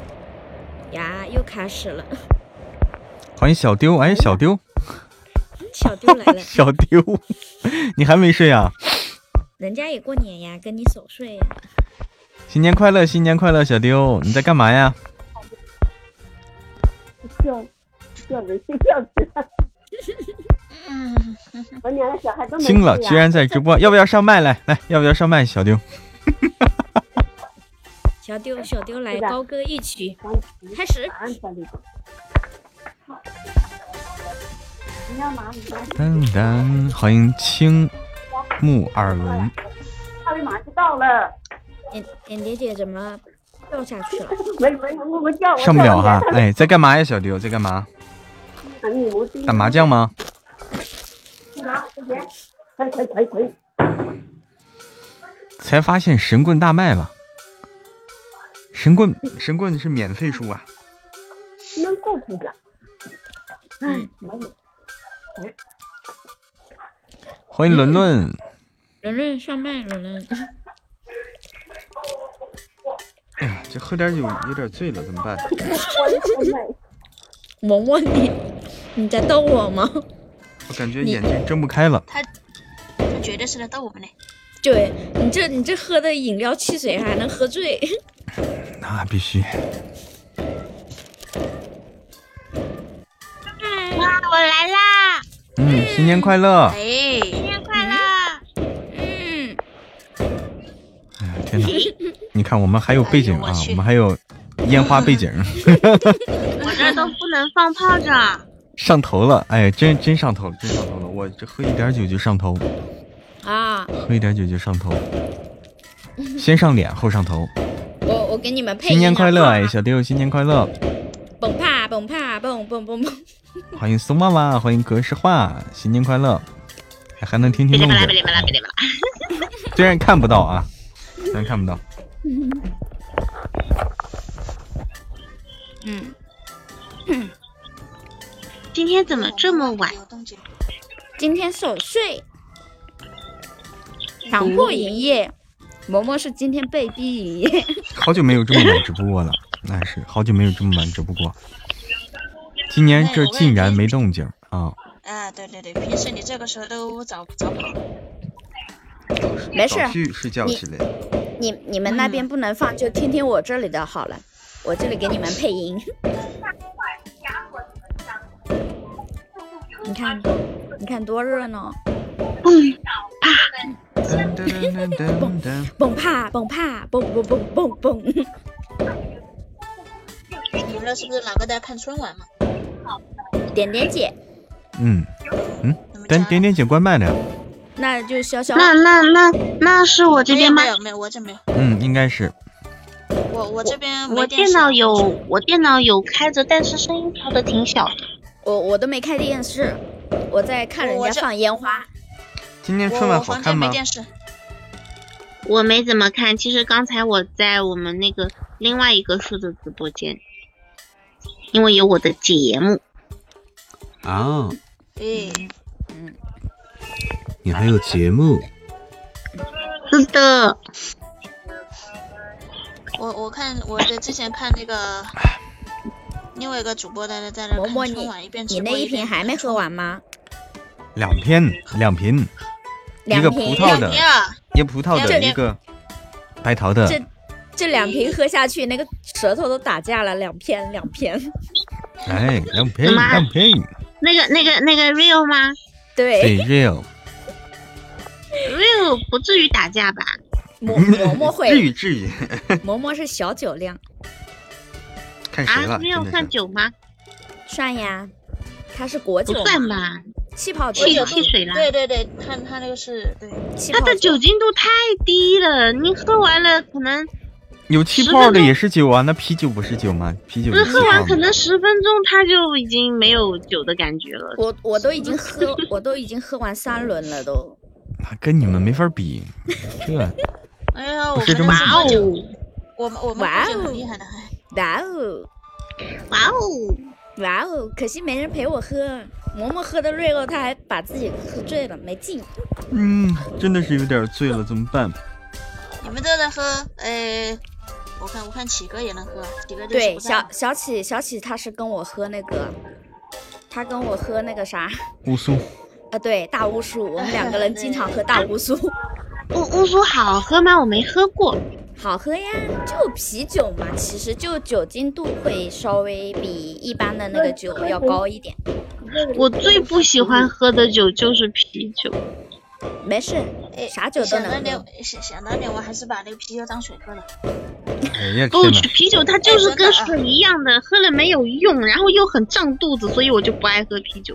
Speaker 2: 又开始了。
Speaker 1: 欢迎小丢，哎，小丢，
Speaker 2: 小丢来了。
Speaker 1: 小丢，你还没睡啊？
Speaker 2: 人家也过年呀，跟你守岁呀。
Speaker 1: 新年快乐，新年快乐，小丢，你在干嘛呀？
Speaker 4: 叫人睡觉去了。我两个小孩都没睡
Speaker 1: 惊了，居然在直播，要不要上麦来？要不要上麦？小丢。
Speaker 2: 小丢来，高歌一曲，开始。
Speaker 1: 噔噔，欢迎青木耳轮。
Speaker 4: 二维码就到了。
Speaker 2: 点点姐怎么掉下去了？
Speaker 4: 没，我叫。
Speaker 1: 上不了哈，哎，在干嘛呀，小丢？在干嘛？打麻将吗？才发现神棍大卖了。神棍是免费书啊。
Speaker 4: 能过去的。
Speaker 1: 欢迎伦伦。
Speaker 2: 伦伦上麦，伦伦。
Speaker 1: 哎呀，这喝点酒有点醉了，怎么办？
Speaker 2: 萌萌，你在逗我吗？
Speaker 1: 我感觉眼睛睁不开了。
Speaker 3: 他绝对是在逗我们呢。
Speaker 2: 对，你这喝的饮料汽水还能喝醉？
Speaker 1: 那必须。
Speaker 3: 哇，我来啦！
Speaker 1: 新年快乐！
Speaker 3: 哎，新年快乐！
Speaker 1: 哎呀，天哪！你看，我们还有背景啊，我们还有烟花背景。
Speaker 3: 我这都不能放炮仗。
Speaker 1: 上头了，哎，真上头了，真上头了！我这喝一点酒就上头
Speaker 2: 啊！
Speaker 1: 喝一点酒就上头，先上脸后上头。
Speaker 2: 我给你们配。
Speaker 1: 新年快乐，哎，小丢，新年快乐！
Speaker 2: 蹦啪蹦啪蹦蹦蹦蹦！
Speaker 1: 欢迎松妈妈，欢迎格式化，新年快乐！还能听听动静。虽然看不到啊，虽然看不到。
Speaker 3: 今天怎么这么晚？
Speaker 2: 今天守岁，强迫营业。嬷嬷是今天被逼营业。
Speaker 1: 好久没有这么晚直播过了，那是好久没有这么晚直播过。今年这竟然没动静啊！
Speaker 3: 啊，对，平时你这个时候都早跑。
Speaker 2: 没事，
Speaker 1: 去睡觉去了。
Speaker 2: 你们那边不能放，就听听我这里的好了。我这里给你们配音。你看多热闹！蹦啪蹦啪蹦蹦蹦蹦蹦！
Speaker 3: 你们那是不是哪个在看春晚嘛？
Speaker 2: 点点姐。
Speaker 1: 但点点姐关麦的呀。
Speaker 2: 那就潇潇。
Speaker 3: 那是我这边吗？没有，我这没有。
Speaker 1: 应该是。
Speaker 3: 我这边我电脑有开着，但是声音调的挺小的。
Speaker 2: 我都没开电视，我在看人家放烟花。
Speaker 1: 今年春晚好看吗？
Speaker 7: 我没怎么看，其实刚才我在我们那个另外一个数字直播间，因为有我的节目。
Speaker 1: 啊。你还有节目？
Speaker 7: 是的。
Speaker 3: 我看我之前看那个另外一个主播在那看春晚，一边直播
Speaker 2: 你那一瓶还没喝完吗？
Speaker 1: 两瓶，一个葡萄的，一个葡萄的，一个白桃的。
Speaker 2: 这两瓶喝下去，那个舌头都打架了，两片。
Speaker 1: 哎，两瓶。
Speaker 7: 那个 real 吗？
Speaker 2: 对
Speaker 1: real
Speaker 7: 不至于打架吧？
Speaker 2: 嬷会。
Speaker 1: 至于。
Speaker 2: 嬷是小酒量。
Speaker 1: 看谁了
Speaker 7: ？real 算酒吗？
Speaker 2: 算呀，它是果酒。
Speaker 7: 不算吧？
Speaker 2: 气泡酒。
Speaker 7: 汽水啦。
Speaker 3: 对，它那个是对。
Speaker 7: 它的酒精度太低了，你喝完了可能。
Speaker 1: 有气泡的也是酒啊，那啤酒不是酒吗？啤酒是
Speaker 7: 喝完可能10分钟它就已经没有酒的感觉了。
Speaker 2: 我都已经喝完3轮了都。
Speaker 1: 跟你们没法比，这。
Speaker 3: 哎呀，
Speaker 1: 不是这么
Speaker 3: 我们很厉害的，
Speaker 2: 哇哦！可惜没人陪我喝，嬷喝的瑞欧，他还把自己喝醉了，没劲。
Speaker 1: 真的是有点醉了，怎么办？
Speaker 3: 你们都在喝， 我看启哥也能喝，启哥
Speaker 2: 对小启他是跟我喝那个，他跟我喝那个啥
Speaker 1: 乌苏
Speaker 2: 对，大乌苏，我们2个人经常喝大乌苏。
Speaker 7: 乌苏好喝吗？我没喝过。
Speaker 2: 好喝呀，就啤酒嘛，其实就酒精度会稍微比一般的那个酒要高一点。
Speaker 7: 我最不喜欢喝的酒就是啤酒。
Speaker 2: 没事，啥酒都能喝。
Speaker 3: 想当年我还是把那个啤酒当水喝的。
Speaker 7: 不，啤酒它就是跟水一样的，喝了没有用，然后又很胀肚子，所以我就不爱喝啤酒。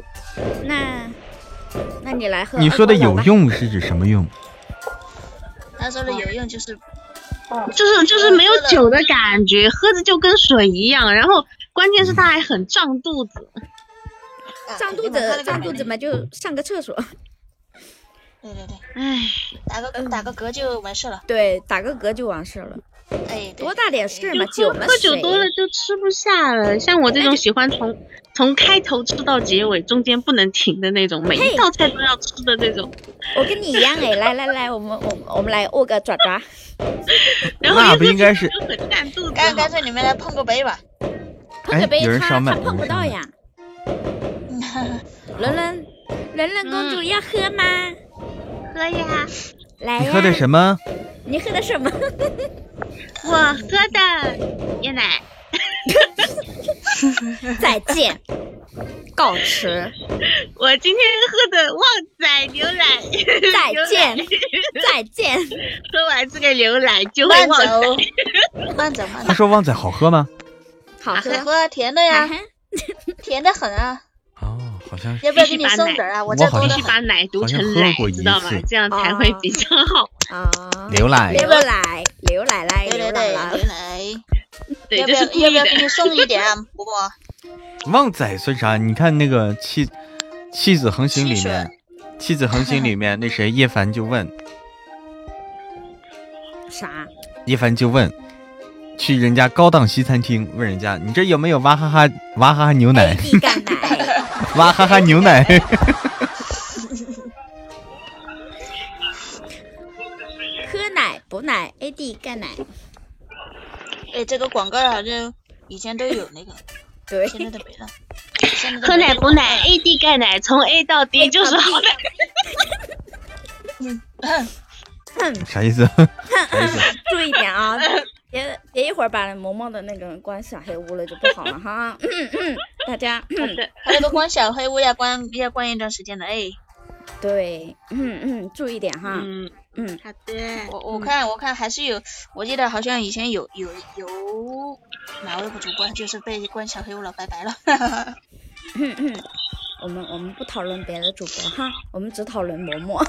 Speaker 2: 那你来喝。
Speaker 1: 你说的有用是指什么用？
Speaker 3: 他说的有用就是
Speaker 7: 没有酒的感觉，喝着就跟水一样，然后关键是它还很胀肚子。
Speaker 2: 胀肚子嘛，就上个厕所。
Speaker 3: 对，
Speaker 7: 唉，
Speaker 3: 打个嗝就完事了。
Speaker 2: 对，打个嗝就完事了。
Speaker 3: 哎，
Speaker 2: 多大点事嘛，
Speaker 7: 喝酒多了就吃不下了。像我这种喜欢从开头吃到结尾，中间不能停的那种，每一道菜都要吃的这种。
Speaker 2: 我跟你一样哎，来，我们来握个爪。
Speaker 7: 然后
Speaker 1: 那不应该是
Speaker 7: 很占肚子。
Speaker 3: 干脆你们来碰个杯吧。
Speaker 2: 碰个杯
Speaker 1: 有人烧麦，
Speaker 2: 他碰不到呀。伦伦公主要喝吗？
Speaker 7: 喝呀。
Speaker 2: 来呀。
Speaker 1: 你喝的什么？
Speaker 2: 你喝的什么？
Speaker 7: 我喝的椰奶。
Speaker 2: 再见，告辞。
Speaker 7: 我今天喝的旺仔牛奶。
Speaker 2: 再见。
Speaker 7: 喝完这个牛奶就会旺仔。
Speaker 3: 慢走。
Speaker 1: 他说旺仔好喝吗？
Speaker 2: 好
Speaker 3: 喝，甜的呀，甜的很啊。
Speaker 1: 哦，好像是。
Speaker 3: 要不要给你送点啊？我这
Speaker 7: 必须把奶读成奶，知道吗？这样才会比较好。
Speaker 1: 牛奶。
Speaker 7: 对，这是
Speaker 3: 要不要给你送一点啊，伯伯？
Speaker 1: 旺仔算啥？你看那个妻子横行里面，那谁叶凡就问
Speaker 2: 啥？
Speaker 1: 叶凡就问，去人家高档西餐厅问人家，你这有没有娃哈哈牛奶？
Speaker 2: 干奶。
Speaker 1: 娃哈哈牛奶。
Speaker 2: 喝奶补奶 ，AD 干奶。
Speaker 3: 这个广告好像以前都有那个，
Speaker 2: 对，
Speaker 3: 现在都没了。
Speaker 7: 喝奶补奶 ，AD 钙奶，从 A 到 D 就是好奶。
Speaker 1: 啥意思？
Speaker 2: 注意点啊，别一会儿把萌萌的那个关小黑屋了就不好了哈。大家，
Speaker 3: 他那个关小黑屋要关一段时间的哎。
Speaker 2: 对，注意点哈。
Speaker 7: 好的。
Speaker 3: 我看还是有，我记得好像以前有哪位主播就是被关小黑屋了，拜拜了。
Speaker 2: 我们不讨论别的主播哈，我们只讨论嬷嬷。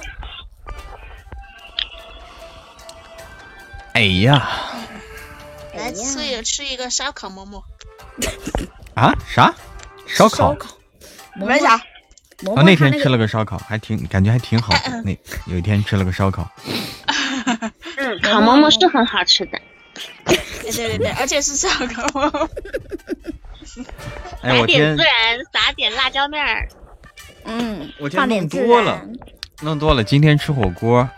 Speaker 1: 哎呀，
Speaker 3: 来吃一个烧烤嬷嬷。
Speaker 1: 啊？啥？烧烤？
Speaker 3: 没啥。
Speaker 1: 那天吃了个烧烤，感觉还挺好的。有一天吃了个烧烤。
Speaker 7: 烤嬷嬷是很好吃的。
Speaker 3: 对，而且是烧烤嬷嬷。
Speaker 1: 哎，我天！
Speaker 7: 撒点孜然，撒点辣椒面儿。
Speaker 1: 我天，弄多了。今天吃火锅，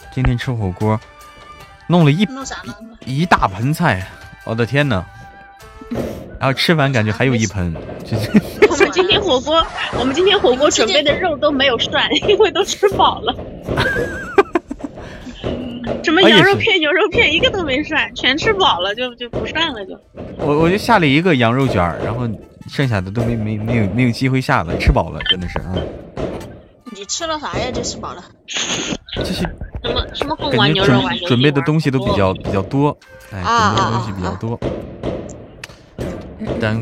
Speaker 1: 弄了一大盆菜，我的天哪！然后吃完感觉还有一盆，
Speaker 7: 我们今天火锅准备的肉都没有涮，因为都吃饱了。什么羊肉片、牛肉片一个都没涮，全吃饱了就不涮了就。
Speaker 1: 我就下了一个羊肉卷，然后剩下的都没有机会下了，吃饱了真的是。
Speaker 3: 你吃了啥呀？就吃饱了。
Speaker 1: 就是
Speaker 7: 什么凤丸牛肉丸，
Speaker 1: 准备的东西都比较多，准备的东西比较多。当。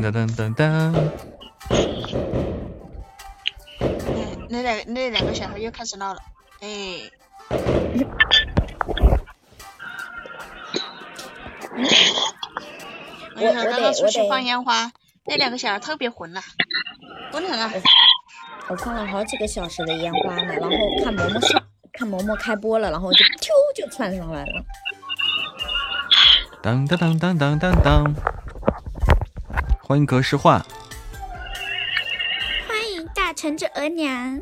Speaker 3: 那两个小孩又开始闹了，我刚刚出去放烟花，那两个小孩特别混混很啊。
Speaker 2: 我放了好几个小时的烟花呢，然后看嬷嬷开播了，然后就窜上来了。
Speaker 1: 当，欢迎格式化，
Speaker 2: 欢迎大橙子额娘。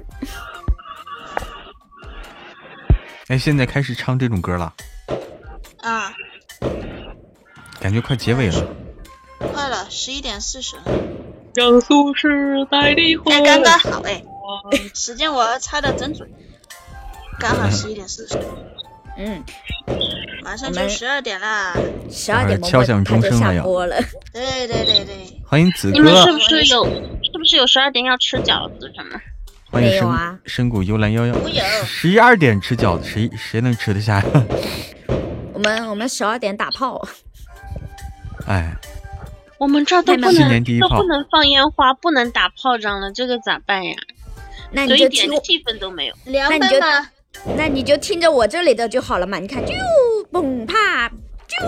Speaker 1: 哎，现在开始唱这种歌了。 感觉快结尾了。
Speaker 3: 快了，11:40。
Speaker 7: 江苏时代的火。
Speaker 3: 哎，刚刚好哎，时间我猜的真准，刚好11:40。马上就12点啦。
Speaker 2: 12点
Speaker 1: 敲响钟声了呀。
Speaker 3: 对。
Speaker 1: 欢迎子哥。
Speaker 7: 你们是不是有12点要吃饺子什么？
Speaker 1: 欢迎深谷幽兰11。
Speaker 3: 我有。
Speaker 1: 12点吃饺子，谁能吃得下呀？
Speaker 2: 我们12点打炮。
Speaker 1: 哎。
Speaker 7: 我们这儿都不能放烟花，不能打炮仗了，这个咋办呀？
Speaker 2: 那你就
Speaker 7: 一点气氛都没有。
Speaker 2: 那你就听着我这里的就好了嘛。你看，就蹦啪就。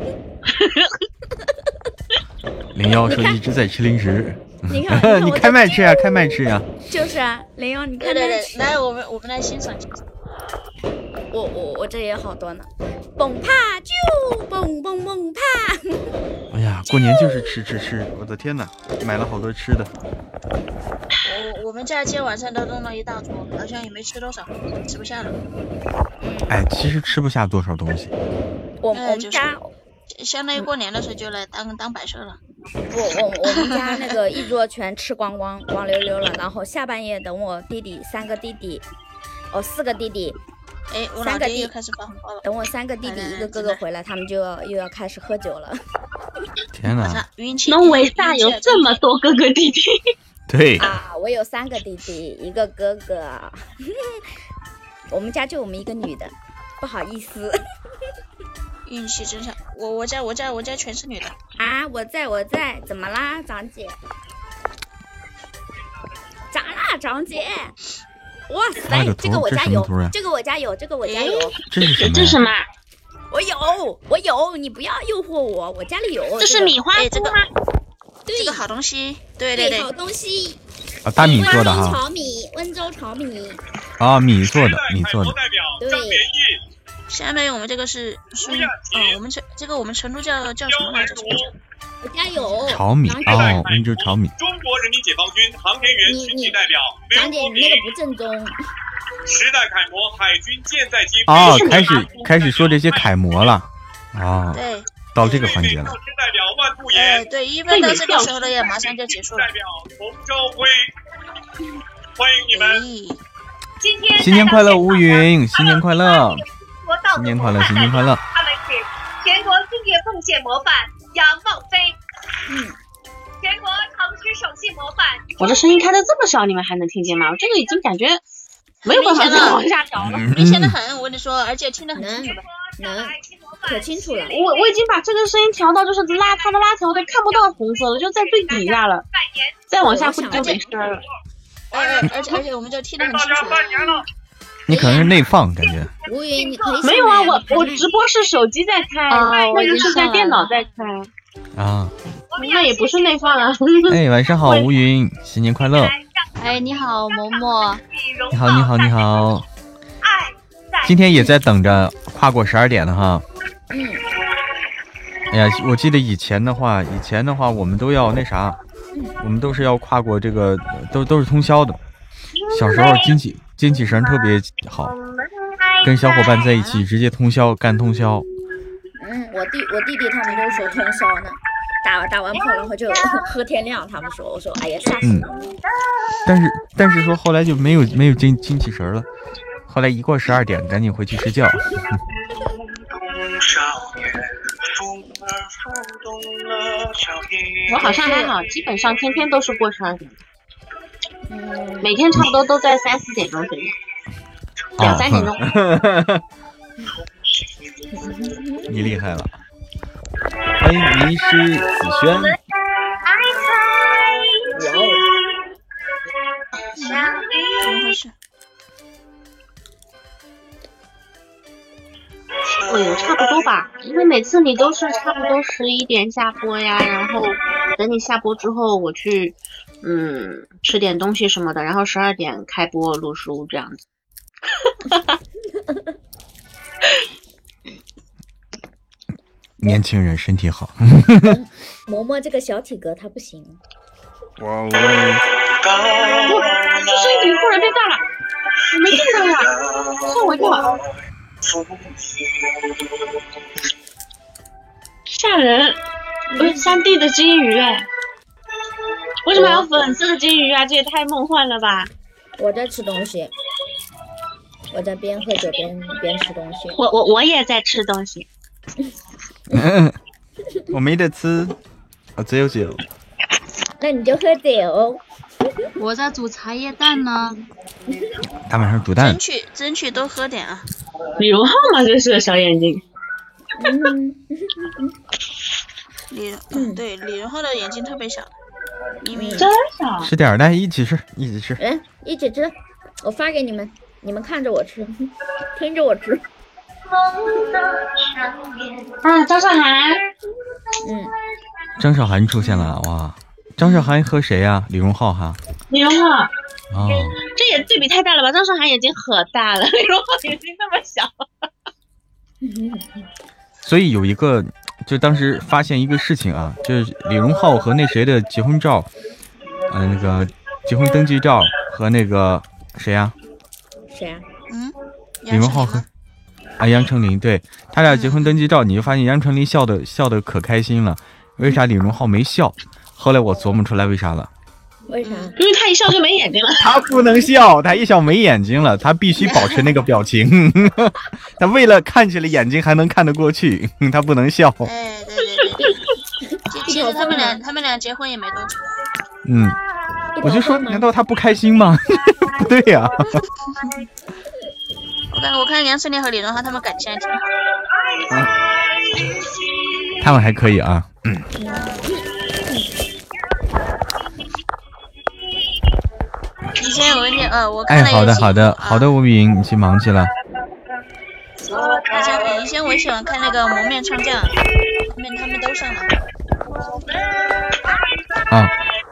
Speaker 1: 01说一直在吃零食。
Speaker 2: 你看，
Speaker 1: 你开麦吃呀，开麦吃呀。
Speaker 2: 就是啊，01，你看
Speaker 3: 对，来我们来欣赏。
Speaker 2: 我这也好多呢，蹦啪就蹦蹦蹦啪。
Speaker 1: 哎呀，过年就是吃，我的天哪，买了好多吃的。
Speaker 3: 我们家今天晚上都弄了一大桌，好像也没吃多少，吃不下了。
Speaker 1: 哎，其实吃不下多少东西。
Speaker 2: 我们家
Speaker 3: 相当于过年的时候就来当摆设了。
Speaker 2: 我们家那个一桌全吃光溜溜了，然后下半夜等我弟弟4个弟弟。
Speaker 3: 哎，我老爹又开始发红包了。
Speaker 2: 等我3个弟弟一个哥哥回来，他们就又要开始喝酒了。
Speaker 1: 天哪！
Speaker 7: 能为啥有这么多哥哥弟弟？
Speaker 1: 对
Speaker 2: 啊，我有3个弟弟，一个哥哥。我们家就我们一个女的，不好意思。
Speaker 3: 运气真差，我家全是女的。
Speaker 2: 啊，我在，怎么啦，长姐？咋啦，长姐？哇塞，这个我家有，这个我家有。
Speaker 1: 这是
Speaker 7: 什么？
Speaker 2: 我有，你不要诱惑我，我家里有。
Speaker 7: 这是米花菇吗？
Speaker 3: 对，这个好东西，对，
Speaker 2: 好东西。
Speaker 1: 啊，大米做的哈。
Speaker 2: 温州炒米。
Speaker 1: 啊，米做的。
Speaker 2: 对。
Speaker 3: 相当于我们这个是我们我们成都叫什么来着？
Speaker 2: 我家有
Speaker 1: 炒米温州炒米。
Speaker 8: 中国人民解放军航天员群体代表
Speaker 2: 长姐，你那个不正宗。
Speaker 8: 时代楷模海军舰载机。
Speaker 1: 开始说这些楷模了。啊。
Speaker 3: 对。
Speaker 1: 到这个环节了。
Speaker 8: 代表万步言。
Speaker 3: 对，一般到这个时候呢，也马上就结束了。
Speaker 8: 代表洪昭辉，欢迎你们。
Speaker 1: 新年快乐，吴云，新年快乐。新年快乐！
Speaker 9: 他们是全国性别奉献模范杨梦飞，全国诚实守信模范。
Speaker 7: 我这声音开的这么小，你们还能听见吗？我这个已经感觉没有办法再往下调了，
Speaker 3: 明显的很，我跟你说，而且听得很清楚的，
Speaker 2: 可清楚了。
Speaker 7: 我已经把这个声音调到就是它的拉条都看不到红色了，就在最底下了，再往下估计就没声了。
Speaker 3: 而且我们就听得很清楚。
Speaker 1: 你可能是内放感觉。
Speaker 2: 吴云，你可以
Speaker 7: 没有啊，我直播是手机在开，那个是在电脑在开
Speaker 1: 啊，
Speaker 7: 那也不是内放啊。
Speaker 1: 哎，晚上好，吴云，新年快乐。
Speaker 10: 哎，你好，嬷嬷。
Speaker 1: 你好。今天也在等着跨过12点了哈。哎呀，我记得以前的话，我们都要那啥，我们都是要跨过这个，都是通宵的。小时候精气神特别好，跟小伙伴在一起直接干通宵。
Speaker 2: 我弟弟他们都说通宵呢，打完炮然后就喝天亮。他们说，我说哎呀吓死了。
Speaker 1: 但是说后来就没有精气神了，后来一过12点赶紧回去睡觉。
Speaker 7: 我好像还好，基本上天天都是过12点。每天差不多都在3、4点钟睡觉，2、3点钟。
Speaker 1: 你厉害了！欢迎迷失子轩。
Speaker 7: 差不多吧，因为每次你都是差不多11点下播呀，然后等你下播之后，我去吃点东西什么的，然后12点开播录书这样子。
Speaker 1: 年轻人身体好。
Speaker 2: 嬷嬷这个小体格他不行。
Speaker 7: 这声音怎么忽然变大了？我没听到呀，吓我一跳。 吓人！不是3D 的金鱼哎，为什么还有粉色的金鱼啊？这也太梦幻了吧！
Speaker 2: 我在吃东西，我在边喝酒边吃东西。
Speaker 7: 我也在吃东西。
Speaker 1: 我没得吃，我只有酒。
Speaker 2: 那你就喝酒。
Speaker 10: 我在煮茶叶蛋呢。
Speaker 1: 大晚上煮蛋。
Speaker 3: 争取多喝点啊！
Speaker 7: 李荣浩吗？这是小眼睛。
Speaker 3: 对，李荣浩的眼睛特别小，
Speaker 7: 真小。
Speaker 1: 吃点，来一起吃，一起吃。
Speaker 2: 一起吃，我发给你们，你们看着我吃，听着我吃。
Speaker 7: 啊，张韶涵。
Speaker 1: 张韶涵出现了哇！张韶涵和谁呀？李荣浩哈。
Speaker 7: 李荣浩。
Speaker 1: 哦。
Speaker 7: 这也对比太大了吧？张韶涵眼睛可大了，李荣浩眼睛那么小。
Speaker 1: 所以有一个，就当时发现一个事情啊，就是李荣浩和那谁的结婚照，那个结婚登记照和那个谁呀？
Speaker 2: 谁啊？
Speaker 1: 李荣浩和杨丞琳，对他俩结婚登记照，你就发现杨丞琳笑的可开心了，为啥李荣浩没笑？后来我琢磨出来为啥了。
Speaker 2: 为啥？
Speaker 7: 因为他一笑就没眼睛了。
Speaker 1: 他不能笑，他一笑没眼睛了，他必须保持那个表情。他为了看起来眼睛还能看得过去，他不能笑。
Speaker 3: 哎，对。其实他们俩结婚也没多久。
Speaker 1: 我就说，难道他不开心吗？不对呀。
Speaker 3: 我看杨丞琳和李荣浩他们感情还挺好。
Speaker 1: 他们还可以啊。
Speaker 3: 以前有一天，我看了
Speaker 1: 好的，吴云，你去忙去了。
Speaker 3: 以前我喜欢看那个《蒙面唱将》，他们都上了。
Speaker 1: 啊。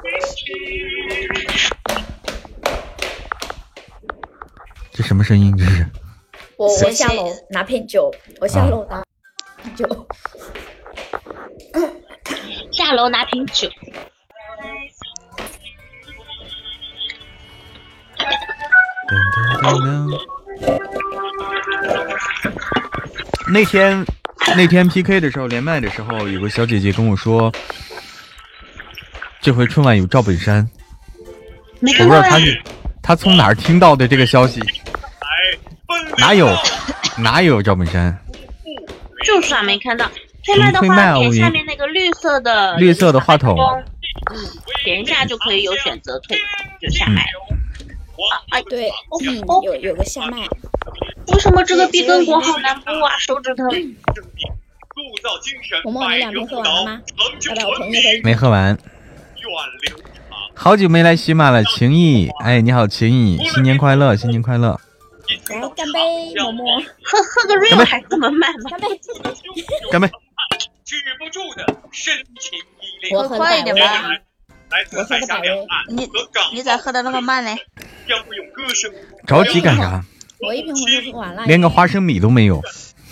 Speaker 1: 这什么声音？这是？
Speaker 2: 我下楼拿瓶酒，我下楼拿酒。
Speaker 7: 下楼拿瓶酒。
Speaker 1: 那天 PK 的时候，连麦的时候，有个小姐姐跟我说，这回春晚有赵本山。我不知道她从哪儿听到的这个消息。哪有赵本山？
Speaker 7: 就是啊，没看到。推麦的话，点下面那个绿色的
Speaker 1: 话筒，
Speaker 7: 点一下就可以有选择退，就下麦了。
Speaker 2: 对，有个下麦。
Speaker 7: 为什么这个碧根果好难剥啊？手指头。
Speaker 2: 萌萌，你2瓶喝完了吗？要不要我陪你喝一瓶？
Speaker 1: 没喝完。好久没来喜马了，情谊，哎，你好，情谊，新年快乐，新年快乐。
Speaker 2: 来干杯，萌萌。
Speaker 7: 喝个 real 还这么慢吗？
Speaker 2: 干杯！
Speaker 1: 干杯！
Speaker 8: 止不住的深情依恋。
Speaker 2: 我喝快一点吧。
Speaker 8: 我喝的百威。
Speaker 3: 你咋喝的那么慢呢？
Speaker 1: 着急干啥？
Speaker 2: 我1瓶红酒喝完了。
Speaker 1: 连个花生米都没有。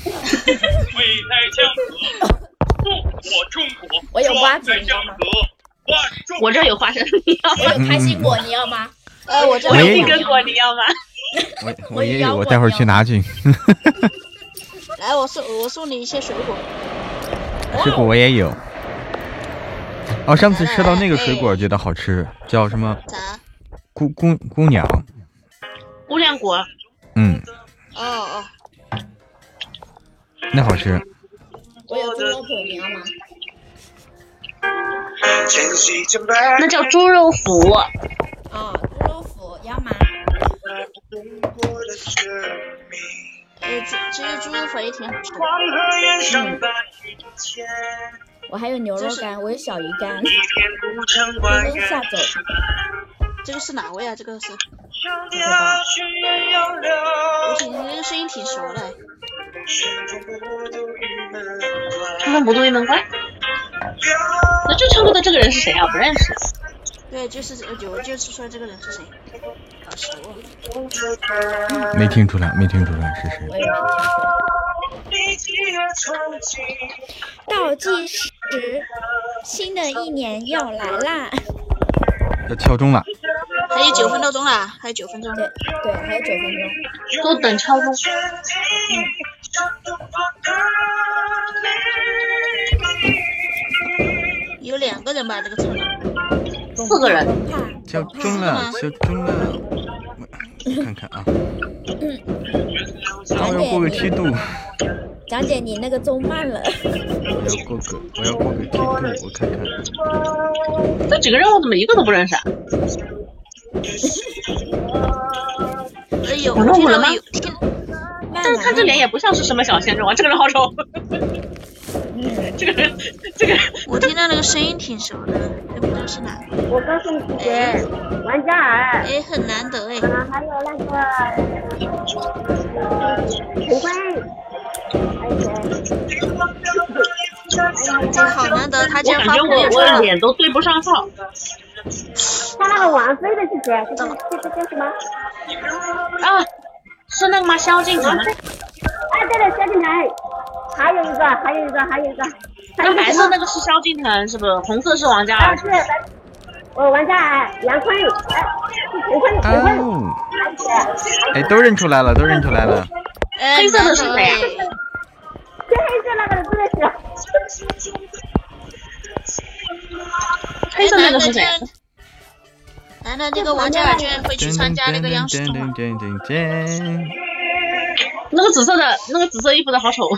Speaker 2: 我有瓜子，你要吗？
Speaker 7: 我这有花生米，
Speaker 2: 我有开心果，你要吗？
Speaker 7: 我这有碧根果，你要吗？
Speaker 1: 我也有，我待会儿去拿去。
Speaker 3: 来，我送你一些水果。
Speaker 1: 水果我也有。哦，上次吃到那个水果觉得好吃，叫什么？姑娘。
Speaker 7: 姑娘果。
Speaker 3: 哦。
Speaker 1: 那好吃。
Speaker 2: 我有猪肉脯，你要吗？
Speaker 7: 那叫猪肉脯。
Speaker 2: 哦，猪肉脯要吗？
Speaker 3: 其实猪肉脯也挺好吃的。
Speaker 2: 我还有牛肉干，我有小鱼干，我下走。
Speaker 3: 这个是哪位啊？这个是？
Speaker 2: 不知道。
Speaker 3: 我觉得你这个声音挺熟的。
Speaker 7: 唱魔都一门关。那这唱歌的这个人是谁啊？不认识。
Speaker 3: 对，就是我就是说这个人是谁，好熟
Speaker 1: 哦。没听出来是谁。
Speaker 2: 我也没听出来。倒计时，新的一年要来啦！
Speaker 1: 要敲钟了。
Speaker 3: 还有9分多钟啦，还有9分钟。
Speaker 2: 对，还有9分钟。
Speaker 7: 都等敲钟。
Speaker 3: 人吧？这个车
Speaker 7: 4个人，
Speaker 1: 小中了，小中了，看看啊，我要过个梯度。
Speaker 2: 张姐，你那个中慢了。
Speaker 1: 我要过个梯度，我看看。
Speaker 7: 这几个人我怎么一个都不认识啊？
Speaker 3: 有
Speaker 7: 弄了吗？
Speaker 3: 但
Speaker 7: 是看这脸也不像是什么小鲜肉啊，这个人好丑。这个人，
Speaker 3: 我听到那个声音挺熟的，也不知道是哪个。
Speaker 4: 我告诉你姐，王嘉尔。
Speaker 3: 哎，很难得哎。
Speaker 4: 还有那个陈坤。
Speaker 3: 这好难得，他竟然发朋友圈了。
Speaker 7: 我感觉我脸都对不上号。
Speaker 4: 他那个王菲的是谁？这叫什么？
Speaker 7: 啊，是那个吗？萧敬腾。
Speaker 4: 哎，对了，萧敬腾。还有一个。
Speaker 7: 那白色那个是萧敬腾，是不是？红色是王嘉尔。
Speaker 4: 是。王嘉尔，杨坤，陈坤。
Speaker 1: 哎，都认出来了。
Speaker 7: 黑色的是谁呀？
Speaker 4: 最黑色那个真的是。
Speaker 7: 黑色那个是谁？
Speaker 3: 难道这个王嘉尔居然会去参加那个央视吗？
Speaker 7: 那个紫色衣服的好丑。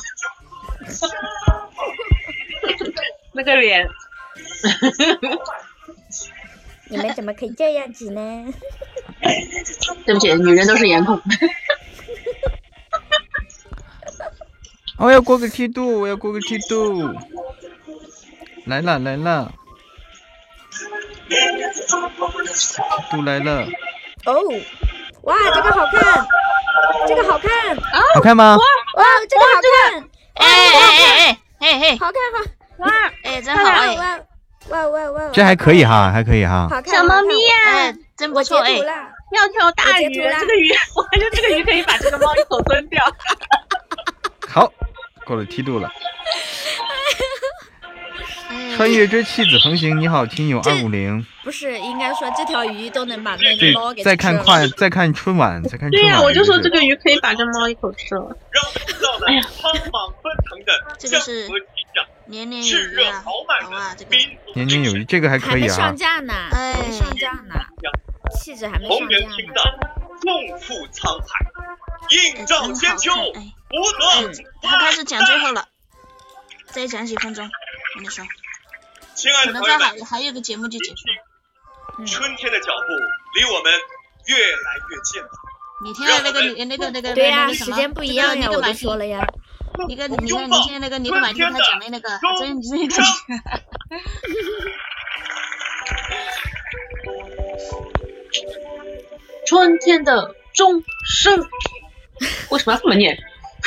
Speaker 7: 那个脸。
Speaker 2: 你们怎么可以这样子呢？
Speaker 7: 对不起，女人都是颜控。
Speaker 1: 我要过个梯度，来了，梯度来了。
Speaker 2: 哦，哇，这个好看，
Speaker 1: 好看吗？
Speaker 2: 哇，这个好看，
Speaker 3: 哎，
Speaker 2: 好看，
Speaker 3: 哇，哎，真好哎，
Speaker 2: 哇，
Speaker 1: 这还可以哈，
Speaker 2: 好看，
Speaker 7: 小猫咪
Speaker 3: 呀，真不错哎，
Speaker 7: 要条大鱼，这个鱼，我感觉这个鱼可以把这个猫一口吞掉。
Speaker 1: 好，过了梯度了。穿越之妻子横行，你好，听友250。
Speaker 2: 不是，应该说这条鱼都能把那个猫给吃了。
Speaker 1: 再看春晚。
Speaker 7: 对呀，我就说这个鱼可以把这猫一口吃了。
Speaker 8: 哎呀，苍茫奔腾的
Speaker 3: 这个是年年有余啊，好啊，这个
Speaker 1: 年年有余，这个还可以啊。
Speaker 2: 还没上架呢，气质还没上架呢。
Speaker 8: 共赴沧海，映照千秋，不得。
Speaker 3: 他开始讲最后了，再讲几分钟，跟你说。
Speaker 8: 亲爱的朋友们，
Speaker 3: 还有个节目就结束。
Speaker 8: 春天的脚步离我们越来越近了。
Speaker 3: 你听到那个
Speaker 2: 对呀，时间不一样呀，我都说了呀。
Speaker 3: 你看你现在那个尼克马丁他讲的那个，真感觉。
Speaker 7: 春天的钟声，为什么要这么念？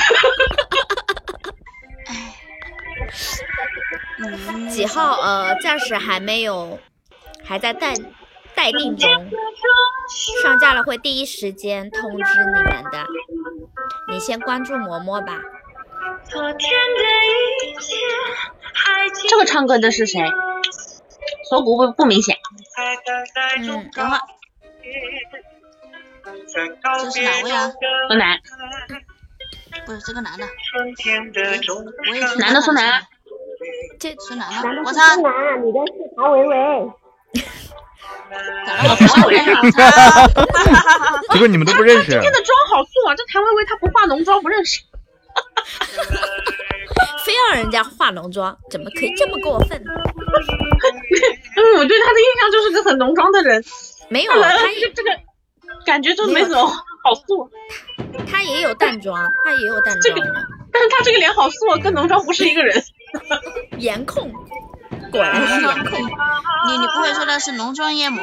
Speaker 2: 几号？暂时还没有，还在待定中。上架了会第一时间通知你们的。你先关注嬷嬷吧。
Speaker 7: 这个唱歌的是谁？锁骨不明显。
Speaker 3: 等会儿。这是哪位啊？
Speaker 7: 孙楠。
Speaker 3: 不是这个男的。
Speaker 7: 男的孙楠。
Speaker 3: 这孙楠吗？我操！
Speaker 4: 孙楠，你的是唐维维。
Speaker 1: 结果你们都不认识。
Speaker 7: 今天的妆好素啊！这谭维维她不化浓妆不认识。
Speaker 2: 非要人家化浓妆，怎么可以这么过分？
Speaker 7: 我对她的印象就是个很浓妆的人。
Speaker 2: 没有，他
Speaker 7: 这个感觉就没怎么好素。
Speaker 2: 他也有淡妆，
Speaker 7: 但是他这个脸好素，跟浓妆不是一个人。
Speaker 2: 颜控，果然是颜控。
Speaker 3: 你不会说的是浓妆艳抹？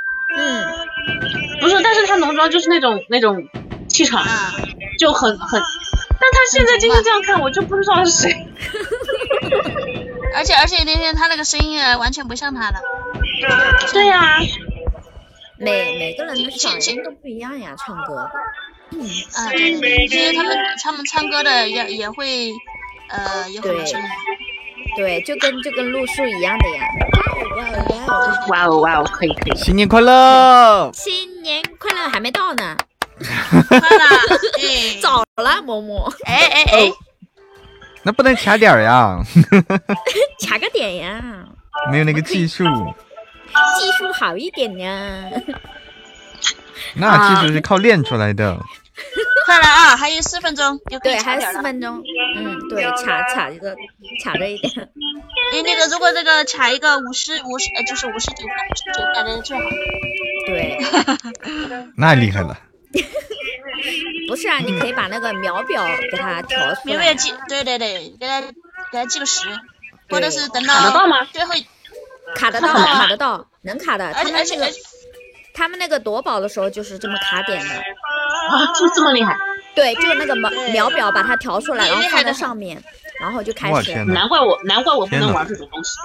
Speaker 7: 不是，但是他浓妆就是那种气场，就很。但他现在今天这样看，我就不知道是谁。
Speaker 3: 而且那天他那个声音完全不像他的。
Speaker 7: 对呀。
Speaker 2: 每个人的嗓音都不一样呀，唱歌。
Speaker 3: 对，因为他们唱歌的也会有很多声音。
Speaker 2: 对，就跟陆树一样的呀。
Speaker 7: 哇哦，可以。
Speaker 1: 新年快乐！
Speaker 2: 新年快乐，还没到呢。
Speaker 3: 快了，
Speaker 2: 早了，嬷嬷。
Speaker 3: 哎。
Speaker 1: 那不能卡点呀。
Speaker 2: 卡个点呀。
Speaker 1: 没有那个技术。
Speaker 2: 技术好一点呀。
Speaker 1: 那技术是靠练出来的。
Speaker 3: 快了啊，还有4分钟就可以
Speaker 2: 对，还有
Speaker 3: 卡点了。
Speaker 2: 4分钟。对，卡一个，卡着一点。
Speaker 3: 你那个如果这个卡一个50就是59分卡的最好。
Speaker 2: 对。
Speaker 1: 那厉害了。
Speaker 2: 不是啊，你可以把那个秒表给它调出来。
Speaker 3: 秒记，对，给它记个10，或者是等到
Speaker 7: 卡得到吗？
Speaker 3: 最后
Speaker 2: 卡得到，能卡的。他们那个夺宝的时候就是这么卡点的。
Speaker 7: 啊，就这么厉害？
Speaker 2: 对，就那个秒表把它调出来，然后放在上面，然后就开始。
Speaker 7: 难怪我不能玩这种东西。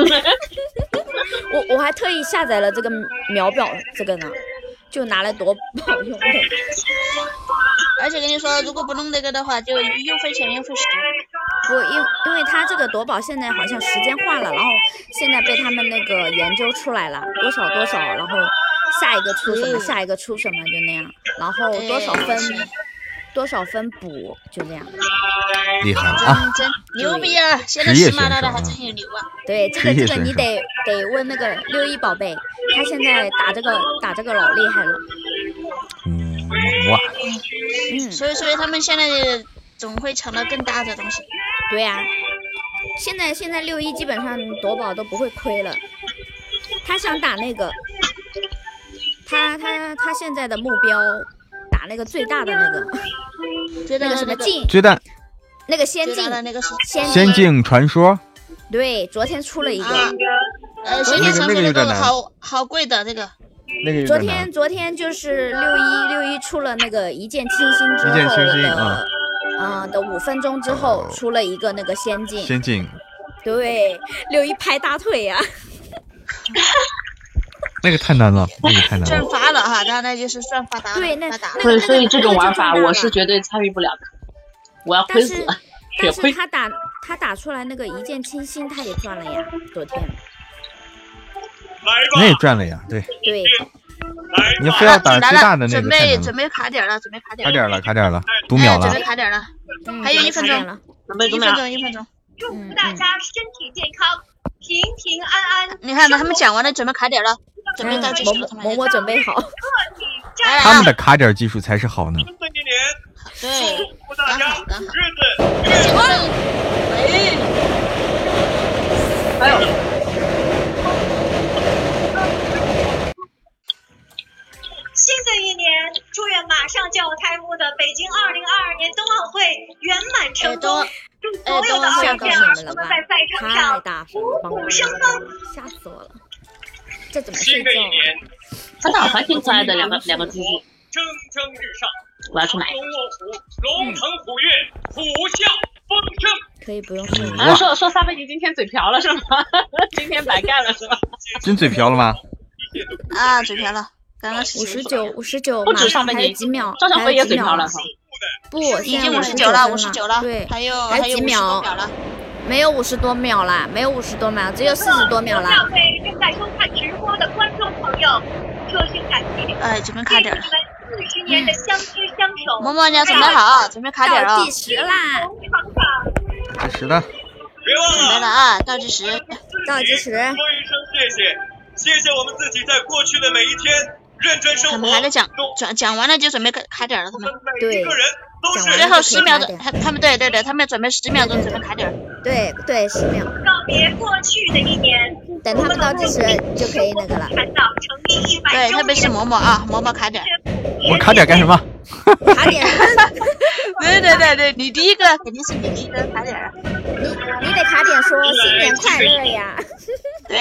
Speaker 2: 我还特意下载了这个秒表这个呢，就拿来夺宝用的。
Speaker 3: 而且跟你说，如果不弄那个的话，就又费钱又费时。
Speaker 2: 不，因为他这个夺宝现在好像时间换了，然后现在被他们那个研究出来了，多少，然后下一个出什么，下一个出什么，就那样，然后多少分补，就这样。
Speaker 1: 厉害了啊！
Speaker 3: 真牛逼啊！现在喜马拉雅还真有牛啊！
Speaker 2: 对，这个你得问那个61宝贝，他现在打这个老厉害了。
Speaker 1: 哇！
Speaker 3: 所以他们现在总会抢到更大的东西。
Speaker 2: 对呀，现在61基本上夺宝都不会亏了。他想打那个，他现在的目标打那个最大的那个什么镜，
Speaker 1: 最大
Speaker 2: 那个仙境，
Speaker 1: 仙境传说。
Speaker 2: 对，昨天出了一个。
Speaker 3: 仙境传说那个好贵的这个。
Speaker 2: 昨天就是61出了那个一剑清心之后的5分钟之后出了一个那个仙境。对，61拍大腿呀。
Speaker 1: 那个太难了，
Speaker 3: 赚发了哈，那就是赚发达了。
Speaker 2: 对，
Speaker 7: 所以这种玩法我是绝对参与不了的，我要亏死。
Speaker 2: 但是他打出来那个一剑清心，他也赚了呀，昨天。
Speaker 1: 那也赚了呀，对。你非要打最大的那个，
Speaker 3: 准备卡点了，
Speaker 1: 卡点了，读秒了，
Speaker 3: 准备卡点了，还有1分钟，
Speaker 7: 准备读秒
Speaker 3: ，1分钟。
Speaker 9: 祝福大家身体健康，平平安安。
Speaker 3: 你看，他们讲完了，准备卡点了，准备倒计时，
Speaker 2: 嬷嬷准备好。
Speaker 1: 他们的卡点技术才是好呢。
Speaker 3: 对，
Speaker 8: 祝大家
Speaker 7: 哎呦！
Speaker 9: 新的一年，祝愿马上就要开幕的北京2022年冬奥会圆满成功。祝所有的奥运健儿们在赛场上虎虎生风。
Speaker 2: 吓死我了！这怎么
Speaker 8: 睡觉？
Speaker 7: 他长得还挺可爱的，两个猪猪。
Speaker 8: 蒸蒸日上，
Speaker 7: 我要去买。
Speaker 8: 龙腾虎跃，虎啸风生。
Speaker 2: 可以不用睡。
Speaker 7: 说撒贝宁今天嘴瓢了是吗？今天白干了是吧？
Speaker 1: 真嘴瓢了吗？
Speaker 3: 啊，嘴瓢了。刚刚
Speaker 2: 59，
Speaker 7: 不止上半
Speaker 2: 年几秒，
Speaker 7: 赵小辉也嘴瓢了。
Speaker 2: 不，
Speaker 3: 已经59了，
Speaker 2: 对，
Speaker 3: 还有
Speaker 2: 几秒
Speaker 3: 了，
Speaker 2: 没有50多秒啦，没有50多秒，只有40多秒啦。
Speaker 9: 对正在收看直播的观众朋友，热心感谢。
Speaker 3: 准备卡点了。
Speaker 9: 40年的相知相守。
Speaker 3: 嬷嬷，你要准备好，准备卡点了。
Speaker 2: 倒计时啦！
Speaker 1: 开始了。
Speaker 3: 准备了啊，倒计时。
Speaker 2: 倒计时。
Speaker 8: 说一声谢谢我们自己在过去的每一天。 认真生活。
Speaker 3: 他们还在讲完了就准备卡点了，他们。
Speaker 2: 对。
Speaker 3: 最后10秒钟，他们对，他们准备10秒钟准备卡点。
Speaker 2: 对，10秒。
Speaker 9: 告别过去的一年，
Speaker 2: 等他们倒计时就可以那个了。
Speaker 3: 对，特别是嬷嬷啊，嬷嬷卡点。
Speaker 1: 我卡点干什么？
Speaker 2: 卡点。
Speaker 3: 对，你第一个肯定是你第一个卡点。
Speaker 2: 你得卡点说新年快乐呀。
Speaker 3: 对。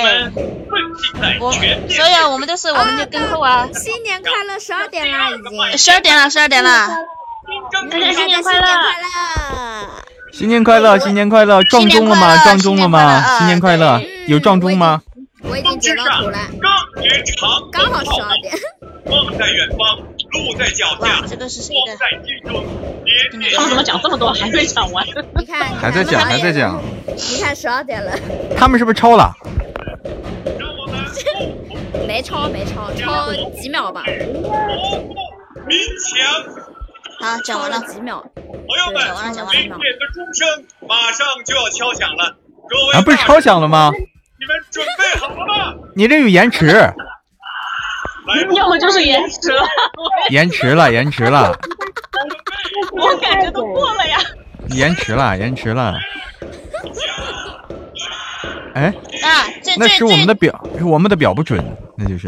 Speaker 3: 所以啊，我们就跟后啊。
Speaker 2: 新年快乐，12点啦，已经。
Speaker 3: 12点了。
Speaker 2: 新年快乐！
Speaker 1: 新年快乐！新年快乐！撞钟了吗？撞钟了吗？新年快乐！有撞钟吗？
Speaker 2: 我已经截到图了。刚好12点。
Speaker 8: 梦在远方，路在脚下。
Speaker 3: 这个是谁的？
Speaker 7: 他们怎么讲这么多还没讲完？
Speaker 2: 你看，
Speaker 1: 还在讲。
Speaker 2: 你看12点了。
Speaker 1: 他们是不是抽了？
Speaker 2: 没抽，抽几秒吧。
Speaker 8: 民强。
Speaker 3: 好，讲完了
Speaker 2: 几秒。
Speaker 8: 朋友们，明天的钟声马上就要敲响了，各位
Speaker 1: 不是敲响了吗？
Speaker 8: 你们准备好了吗？
Speaker 1: 你这有延迟，
Speaker 7: 要么就是延迟了，
Speaker 1: 延迟了，
Speaker 7: 我感觉都过了呀，
Speaker 1: 延迟了。哎，那是我们的表，是我们的表不准，那就是。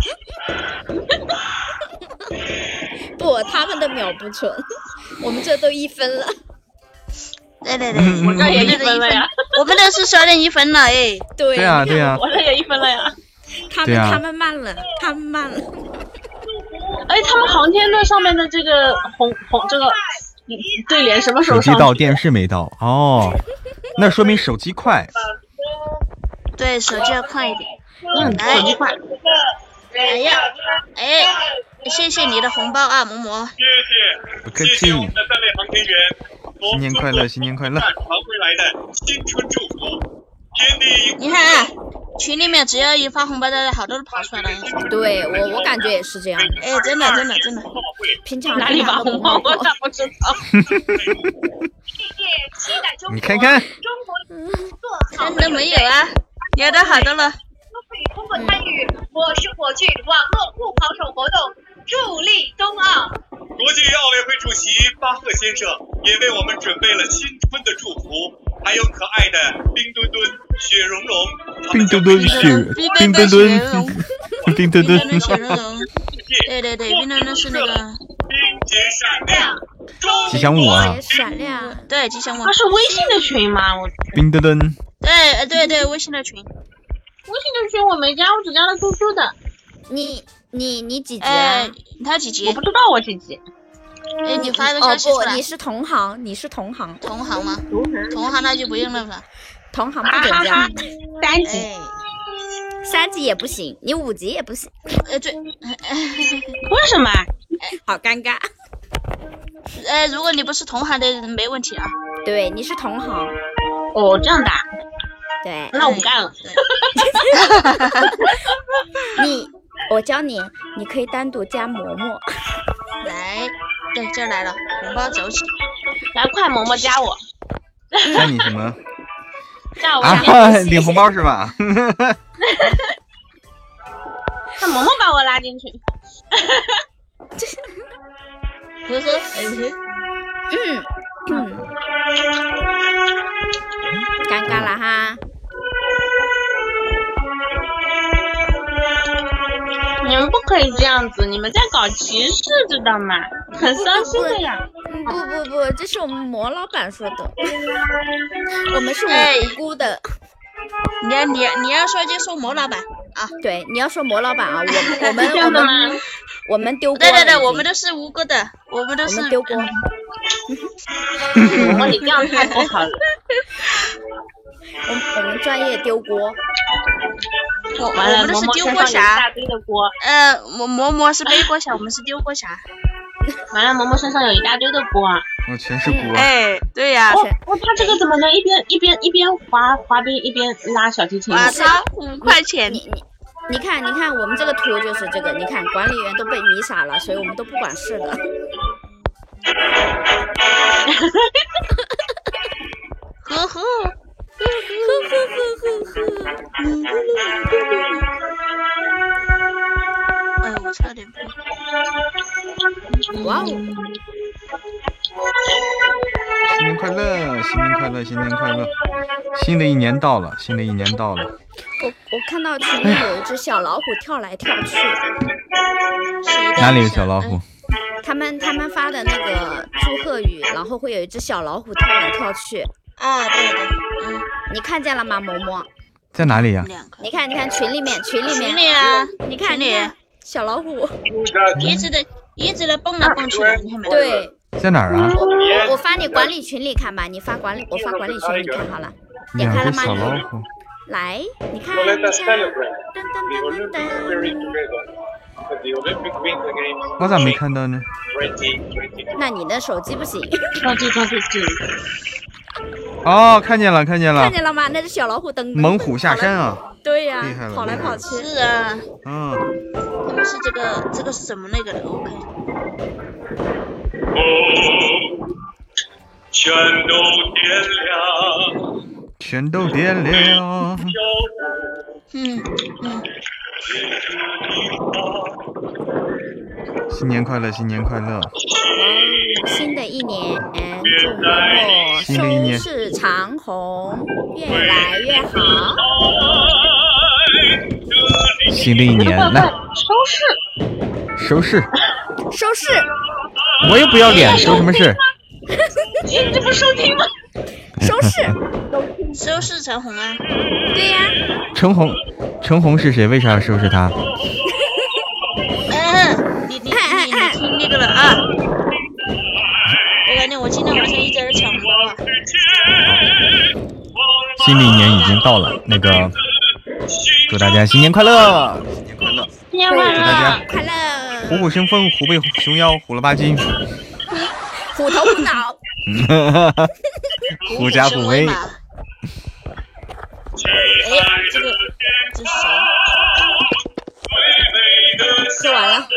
Speaker 2: 不，他们的秒不准，我们这都1分了。
Speaker 3: 对，
Speaker 7: 我这也1分了呀。
Speaker 3: 我们的是12点1分了，哎。
Speaker 1: 对呀，
Speaker 7: 我这也1分了呀。
Speaker 2: 他们慢了。
Speaker 7: 哎，他们航天的上面的这个红这个对联什么时候上？
Speaker 1: 手机到，电视没到。哦，那说明手机快。
Speaker 3: 对，手机要快一点。
Speaker 7: 手机快。
Speaker 3: 哎呀，谢谢你的红包啊，嬷嬷。
Speaker 1: 不客气。
Speaker 8: 谢谢我们的3位航天员。
Speaker 1: 新年快乐，新年快乐！
Speaker 8: 传回来的新春祝福，天地。
Speaker 3: 你看啊，群里面只要一发红包，大家好多都跑出来了。
Speaker 2: 对，我感觉也是这样。
Speaker 3: 哎，真的。
Speaker 2: 平常
Speaker 7: 哪里发红包我咋不知道？
Speaker 1: 你看看，
Speaker 3: 真的没有啊，有的好多了。
Speaker 9: 可以通过参与我是火炬网络互跑手活动，助力冬奥。
Speaker 8: 国际奥委会主席巴赫先生也为我们准备了新春的祝福，还有可爱的冰墩墩、雪融融。
Speaker 1: 冰墩墩、雪融融。
Speaker 3: 对，冰墩墩是那个
Speaker 8: 冰结闪亮，
Speaker 1: 吉祥物啊！
Speaker 2: 闪亮，
Speaker 3: 对，吉祥物。
Speaker 7: 它是微信的群吗？
Speaker 1: 冰墩墩。
Speaker 3: 对，微信的群。
Speaker 7: 微信的群我没加，我只加了猪猪的。
Speaker 2: 你几级啊？
Speaker 3: 他几级？
Speaker 7: 我不知道我几级。
Speaker 3: 哎，你发个消息出来。
Speaker 2: 你是同行
Speaker 3: 同行吗？同行那就不用了吧。
Speaker 2: 同行不准加。
Speaker 7: 3级。
Speaker 2: 3级也不行，你5级也不行。
Speaker 3: 对。
Speaker 7: 为什么？
Speaker 2: 好尴尬。
Speaker 3: 如果你不是同行的人没问题啊。
Speaker 2: 对，你是同行。
Speaker 7: 哦，这样的。
Speaker 2: 对。
Speaker 7: 那我不干了。
Speaker 2: 我教你，你可以单独加嬷嬷。
Speaker 3: 来，对，这儿来了，红包走起。
Speaker 7: 来，快嬷嬷加我。
Speaker 1: 加你什么？
Speaker 7: 加我
Speaker 1: 领红包是吧？
Speaker 7: 让嬷嬷把我拉进去。
Speaker 2: 尴尬了哈。
Speaker 7: 你们不可以这样子，你们在搞歧视，知道吗？很伤心的呀。
Speaker 2: 不，这是我们魔老板说的，我们是无辜的。
Speaker 3: 你要说就说魔老板啊。
Speaker 2: 对，你要说魔老板啊，我们丢锅。
Speaker 3: 对，我们都是无辜的，我们
Speaker 2: 丢锅。
Speaker 7: 你这样太不好了。
Speaker 2: 我们专业丢锅。
Speaker 7: 完了，
Speaker 3: 我们是丢锅侠。
Speaker 7: 大堆的锅。
Speaker 3: 嬷嬷是背锅侠，我们是丢锅侠。
Speaker 7: 完了，嬷嬷身上有一大堆的锅。
Speaker 1: 我全是锅。
Speaker 3: 哎，对呀。
Speaker 7: 他这个怎么能一边滑冰一边拉小提琴？
Speaker 3: 我操，5块钱！
Speaker 2: 你看，我们这个图就是这个，你看管理员都被迷傻了，所以我们都不管事的。
Speaker 3: 呵呵。哎，我差点背。
Speaker 2: 哇哦！
Speaker 1: 新年快乐，新年快乐，新年快乐！新的一年到了，新的一年到了。
Speaker 2: 我看到群里有一只小老虎跳来跳去。
Speaker 1: 哪里有小老虎？
Speaker 2: 他们发的那个祝贺语，然后会有一只小老虎跳来跳去。
Speaker 3: 啊，对，
Speaker 2: 你看见了吗，嬷嬷？
Speaker 1: 在哪里呀？
Speaker 2: 你看群里面
Speaker 3: 啊，
Speaker 2: 你看小老虎，
Speaker 3: 一直的蹦来蹦去的，你看没？
Speaker 2: 对，
Speaker 1: 在哪儿啊？
Speaker 2: 我发你管理群里看吧，我发管理群里看好了，点开了吗？
Speaker 1: 小老虎，
Speaker 2: 来，你看，
Speaker 1: 我咋没看到呢？
Speaker 2: 那你的手机不行。
Speaker 1: 哦，看见了
Speaker 2: 吗？那是小老虎蹬的。
Speaker 1: 猛虎下山啊！
Speaker 2: 对呀，
Speaker 1: 厉害了，
Speaker 2: 跑来跑去。
Speaker 3: 是啊。
Speaker 1: 他
Speaker 3: 们是这个是什么那个的 ？OK。
Speaker 8: 全都点亮。
Speaker 1: 新年快乐，新年快乐！
Speaker 2: 新的一年，祝嬷嬷收视长虹，越来越好。
Speaker 1: 新的一年，来收视。我也不要脸，收什么事？
Speaker 7: 这不收听吗？
Speaker 3: 收视陈红啊。
Speaker 2: 对呀。
Speaker 1: 陈红是谁？为啥要收拾他？
Speaker 3: 你听那个了啊！我感觉我今天晚上一直在抢红包啊。
Speaker 1: 新的一年已经到了，那个祝大家新年快乐！
Speaker 7: 新年快乐！
Speaker 1: 祝大家
Speaker 2: 快乐！
Speaker 1: 虎虎生风，虎背熊腰，虎了吧唧，
Speaker 2: 虎头虎脑，
Speaker 1: 狐假虎威。
Speaker 3: 这是谁？
Speaker 2: 喝完了。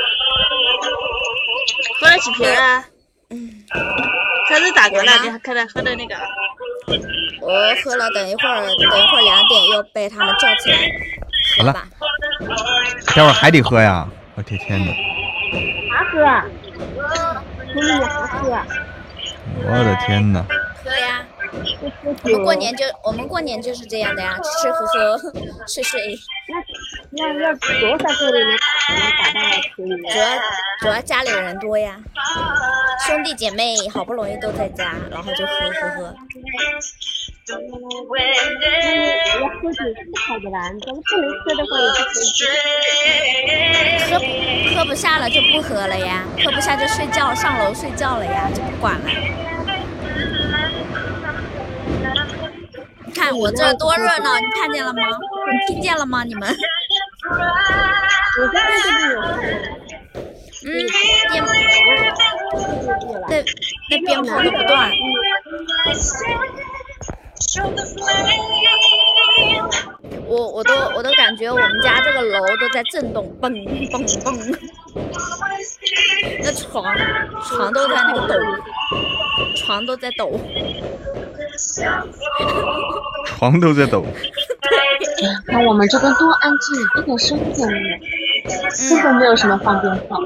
Speaker 3: 喝了几瓶啊？开始打嗝了，你还喝的那个？
Speaker 2: 我喝了，等一会儿2点又被他们叫起来。
Speaker 1: 好了，待会儿还得喝呀！我天哪！
Speaker 4: 还喝？兄弟还喝？
Speaker 1: 我的天哪！
Speaker 2: 喝呀！我们过年就是这样的呀，吃吃喝喝，睡睡。
Speaker 4: 那要多少个人能打到群里？
Speaker 2: 主要家里人多呀，兄弟姐妹好不容易都在家，然后就喝。
Speaker 4: 要喝酒是好的啦，你不能喝的话也不可以。
Speaker 2: 喝不下了就不喝了呀，喝不下就睡觉，上楼睡觉了呀，就不管了。你看我这多热闹，你看见了吗？你听见了吗？你们？
Speaker 4: 我在这边有。
Speaker 2: 那鞭炮都不断。我都感觉我们家这个楼都在震动，蹦蹦蹦。那床都在那个抖，床都在抖。
Speaker 1: 床都在抖。
Speaker 7: 那我们这边多安静，一点声音都没有，根本没有什么放鞭炮。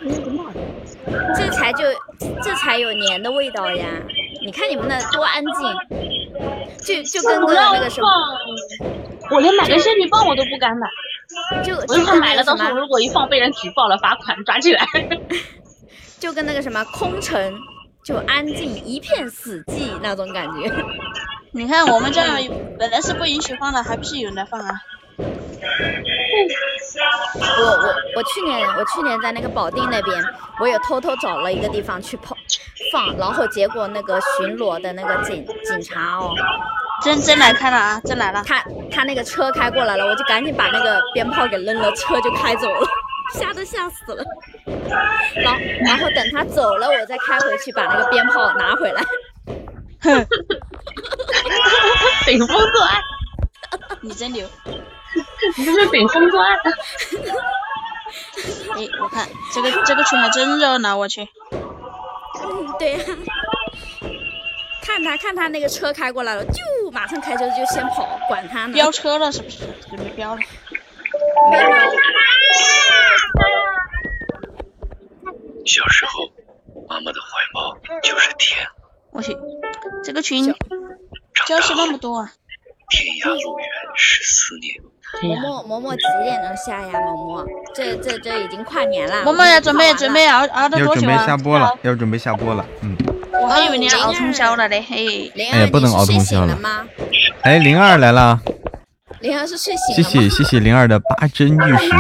Speaker 2: 这才有年的味道呀！你看你们那多安静，就跟那个什么，
Speaker 7: 我连买个仙女棒我都不敢买，我怕买了到时候如果一放被人举报了，罚款抓起来。
Speaker 2: 就跟那个什么空城，就安静一片死寂那种感觉。
Speaker 3: 你看我们这样本来是不允许放的，还不是有人来放啊？
Speaker 2: 我去年在那个保定那边，我有偷偷找了一个地方去放，然后结果那个巡逻的那个警察哦，
Speaker 3: 真来开了啊，真来了。
Speaker 2: 他那个车开过来了，我就赶紧把那个鞭炮给扔了，车就开走了，吓死了。然后等他走了，我再开回去把那个鞭炮拿回来。
Speaker 3: 哼，
Speaker 7: 顶风作案，
Speaker 3: 你真牛。
Speaker 7: 你这是顶风作案。
Speaker 3: 哎，我看这个群还真热闹，我去。
Speaker 2: 对呀、看他那个车开过来了，就马上开车就先跑，管他呢。
Speaker 3: 飙车了是不是？准备飙了。
Speaker 2: 没有。
Speaker 11: 小时候，妈妈的怀抱就是天。
Speaker 3: 我去，这个群交是那么多啊！
Speaker 11: 天涯路远14年。
Speaker 2: 嬷嬷几点能下呀？嬷嬷，这已经跨年了。
Speaker 3: 嬷嬷要准备熬到多久啊？
Speaker 1: 要准备下播了，要准备下播了。
Speaker 3: 我还以为你要熬通宵了嘞，嘿。
Speaker 1: 哎，不能熬通宵了。哎，02来了。
Speaker 2: 02是睡醒了
Speaker 1: 吗？谢谢02的8针玉石。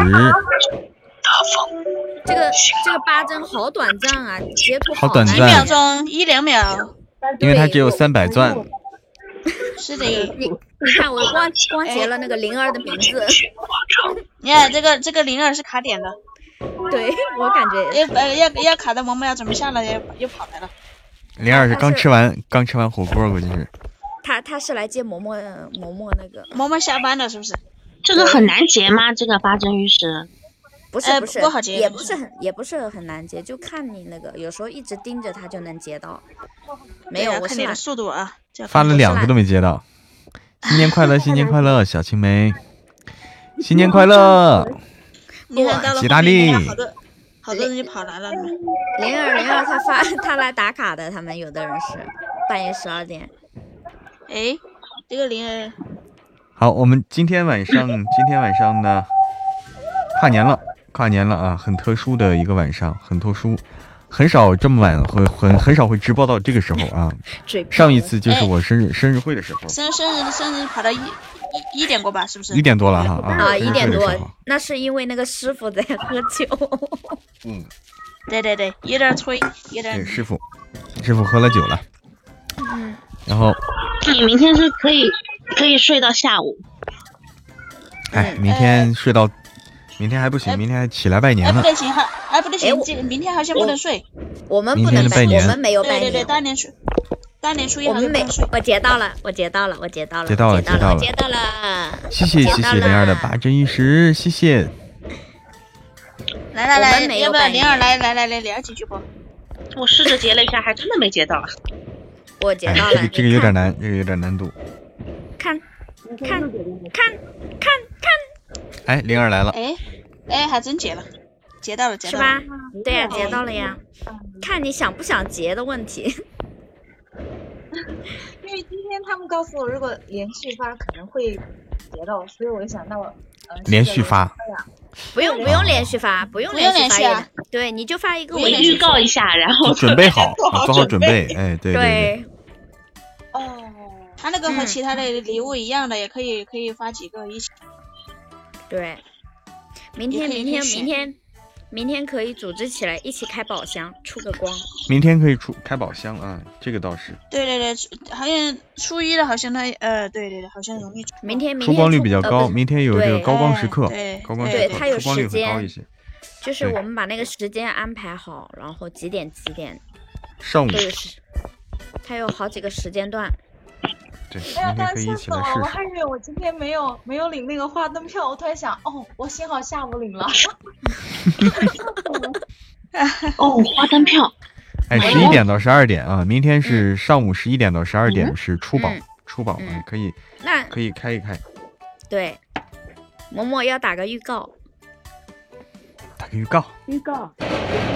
Speaker 2: 这个8针好短暂啊，截图
Speaker 1: 好短暂
Speaker 3: ，1秒钟1、2秒。
Speaker 1: 因为它只有300钻。
Speaker 3: 是的，
Speaker 2: 你看我光截了那个02的名字。
Speaker 3: 你看这个02是卡点的。
Speaker 2: 对，我感觉
Speaker 3: 要卡的嬷嬷要准备下来又跑来了。
Speaker 1: 02是刚吃完火锅，估计是。
Speaker 2: 他是来接嬷嬷那个。
Speaker 3: 嬷嬷下班了是不是？
Speaker 7: 这个很难截吗？这个8针玉石？
Speaker 2: 不是，
Speaker 3: 不好截，
Speaker 2: 也不是很难截，就看你那个，有时候一直盯着它就能截到。没有，我
Speaker 3: 看你的速度啊。
Speaker 1: 发了2个都没接到。新年快乐，新年快乐，小青梅。 新年快乐！
Speaker 3: 你看到了
Speaker 1: 吉大力，
Speaker 3: 好多人就跑来了。
Speaker 2: 02他来打卡的，他们有的人是半夜12点。
Speaker 3: 哎，这个02。
Speaker 1: 好，我们今天晚上呢，跨年了啊，很特殊的一个晚上，很特殊，很少这么晚很少会直播到这个时候啊。上一次就是我生日会的时候。生
Speaker 3: 日跑到1点过吧，是不是？1
Speaker 1: 点多了哈啊
Speaker 2: ！1点多，那是因为那个师傅在喝酒。
Speaker 3: 对，有点催，有点。
Speaker 1: 对，师傅喝了酒了。然后。
Speaker 7: 你明天是可以睡到下午。
Speaker 1: 哎，明天还不行，明天还起来拜年呢。
Speaker 3: 不得行，明天好像不能睡。
Speaker 2: 我们不能拜年，我们没有拜年。
Speaker 3: 对，大年初一好像不能睡。
Speaker 2: 我截到了。
Speaker 1: 谢谢02的8针10，谢谢。
Speaker 3: 来，要不要02来聊几句不？
Speaker 7: 我试着截了一下，还真的没截到。
Speaker 2: 我截到了。
Speaker 1: 这个有点难，度。
Speaker 2: 看。
Speaker 1: 哎，02来了。
Speaker 3: 哎，还真截了，截到了，
Speaker 2: 是吧？对呀，截到了呀。看你想不想截的问题。
Speaker 12: 因为今天他们告诉我，如果连续发可能会截到，所以我想那我
Speaker 1: 连续发。
Speaker 2: 不用连续发，不用连续发。对，你就发一个
Speaker 7: 预告一下，然后
Speaker 1: 准备好，做好准备。哎，对。
Speaker 3: 哦，他那个和其他的礼物一样的，也可以发几个一起。
Speaker 2: 对，明天可以组织起来一起开宝箱，出个光。
Speaker 1: 明天可以开宝箱啊，这个倒是。
Speaker 3: 对，好像初一的好像他对，好像容易。
Speaker 2: 明天
Speaker 1: 出光率比较高，明天有这个高光时刻，高光时刻，
Speaker 2: 它有
Speaker 1: 出光率
Speaker 2: 时间
Speaker 1: 会高一些。
Speaker 2: 就是我们把那个时间安排好，然后几点。
Speaker 1: 上午。
Speaker 2: 它有好几个时间段。
Speaker 1: 对，明天可以一起来试试。
Speaker 12: 我还以为我今天没有领那个花灯票，我突然想，我幸好下午领了。
Speaker 7: 花灯票。
Speaker 1: 哎，11点到12点啊，明天是上午11点到12点是出宝，可以开一开。
Speaker 2: 对，嬷嬷要打个预告。
Speaker 1: 打个预告。
Speaker 4: 预告。
Speaker 2: 对。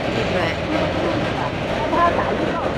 Speaker 4: 他打预告。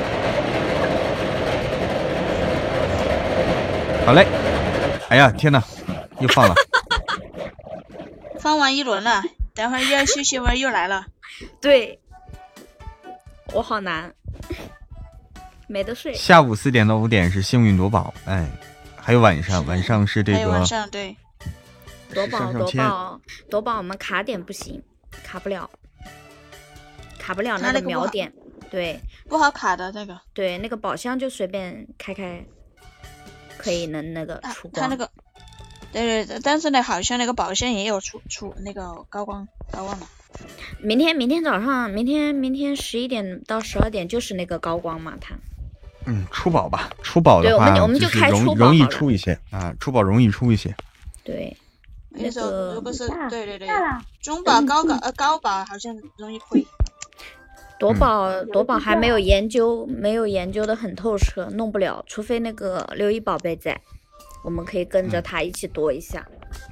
Speaker 1: 好嘞，哎呀，天哪，又放了。
Speaker 3: 放完一轮了，等会儿要休息完又来了。
Speaker 2: 对，我好难，没得睡。
Speaker 1: 下午4点到5点是幸运夺宝，哎，还有晚上是这个。
Speaker 3: 还有晚上对。
Speaker 2: 夺宝，我们卡点不行，卡不了那个秒点，对，
Speaker 3: 不好卡的那个。
Speaker 2: 对，那个宝箱就随便开。可以能那个出光，
Speaker 3: 他那个，对，但是呢，好像那个宝箱也有出那个高光的。
Speaker 2: 明天早上，明天11点到12点就是那个高光嘛，它。
Speaker 1: 出宝吧，出宝的话，
Speaker 2: 对，我们就开出宝
Speaker 1: 容易出一些啊，出宝容易出一些。
Speaker 2: 对，
Speaker 3: 那个如果是对，中宝高宝好像容易亏。
Speaker 2: 夺宝还没有研究的很透彻，弄不了，除非那个6一宝贝在，我们可以跟着他一起夺一下。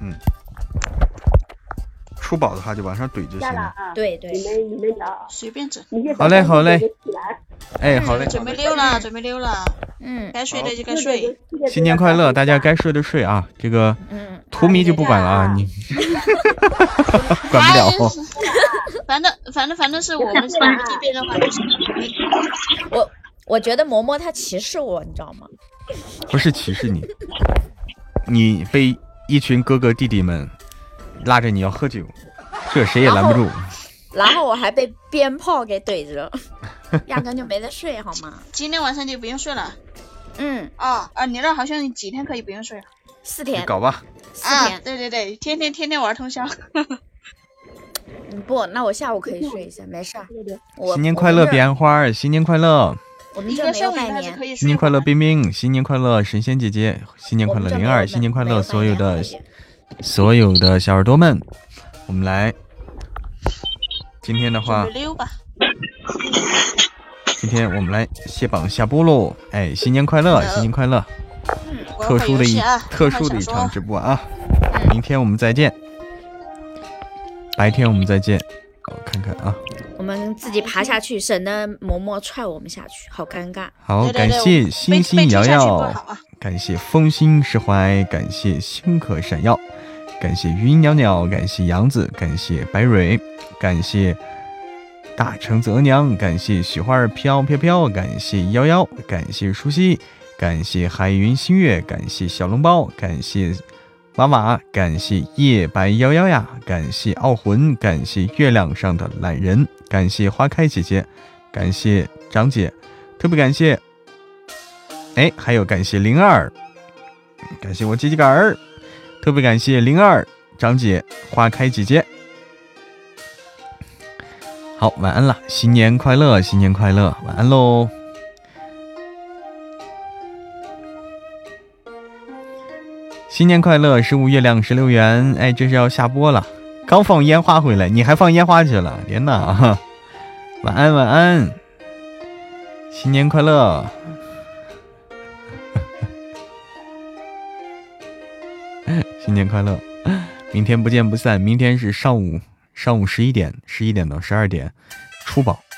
Speaker 1: 出宝的话就往上怼就行了。
Speaker 2: 对，
Speaker 4: 你们
Speaker 3: 随便整。
Speaker 1: 好嘞。哎，好嘞。
Speaker 3: 准备溜了。该睡的就该睡。
Speaker 1: 新年快乐，大家该睡的睡啊。这个图迷就不管了啊，你管不了。
Speaker 3: 反正是我们这边的话就是
Speaker 2: 我觉得嬷嬷她歧视我，你知道吗？
Speaker 1: 不是歧视你，你被一群哥哥弟弟们拉着你要喝酒，这谁也拦不住。
Speaker 2: 然后我还被鞭炮给怼着，压根就没得睡，好吗？
Speaker 3: 今天晚上就不用睡了。你那好像几天可以不用睡
Speaker 2: ？4天。
Speaker 1: 搞吧。
Speaker 2: 4天。
Speaker 3: 对，天玩通宵。
Speaker 2: 不，那我下午可以睡一下，没事。
Speaker 1: 新年快乐，彼岸花！新年快乐！
Speaker 2: 我们这没有拜年。
Speaker 1: 新年快乐，冰冰！新年快乐，神仙姐姐！新年快乐，02！新年快乐，所有的小耳朵们，我们来。今天的话，今天我们来卸榜下播喽！哎，新年快乐，新年快乐！特殊的一场直播啊！ 明天我们再见。白天我们再见。我看看啊。
Speaker 2: 我们自己爬下去，省得嬷嬷踹我们下去，好尴尬。
Speaker 1: 好，感谢星星瑶瑶，感谢风心释怀，感谢星可闪耀，感谢云袅袅，感谢杨子，感谢白蕊，感谢大橙子额娘，感谢雪花飘飘飘，感谢瑶瑶，感谢舒西，感谢海云星月，感谢小笼包，感谢娃娃，感谢夜白夭夭呀，感谢傲魂，感谢月亮上的懒人，感谢花开姐姐，感谢张姐，特别感谢，哎，还有感谢02，感谢我犄犄杆儿，特别感谢02张姐，花开姐姐。好，晚安了，新年快乐，新年快乐，晚安喽。新年快乐，15月亮16元。哎，这是要下播了，刚放烟花回来，你还放烟花去了？天哪！晚安，晚安，新年快乐！新年快乐！明天不见不散。明天是上午11点到12点出宝。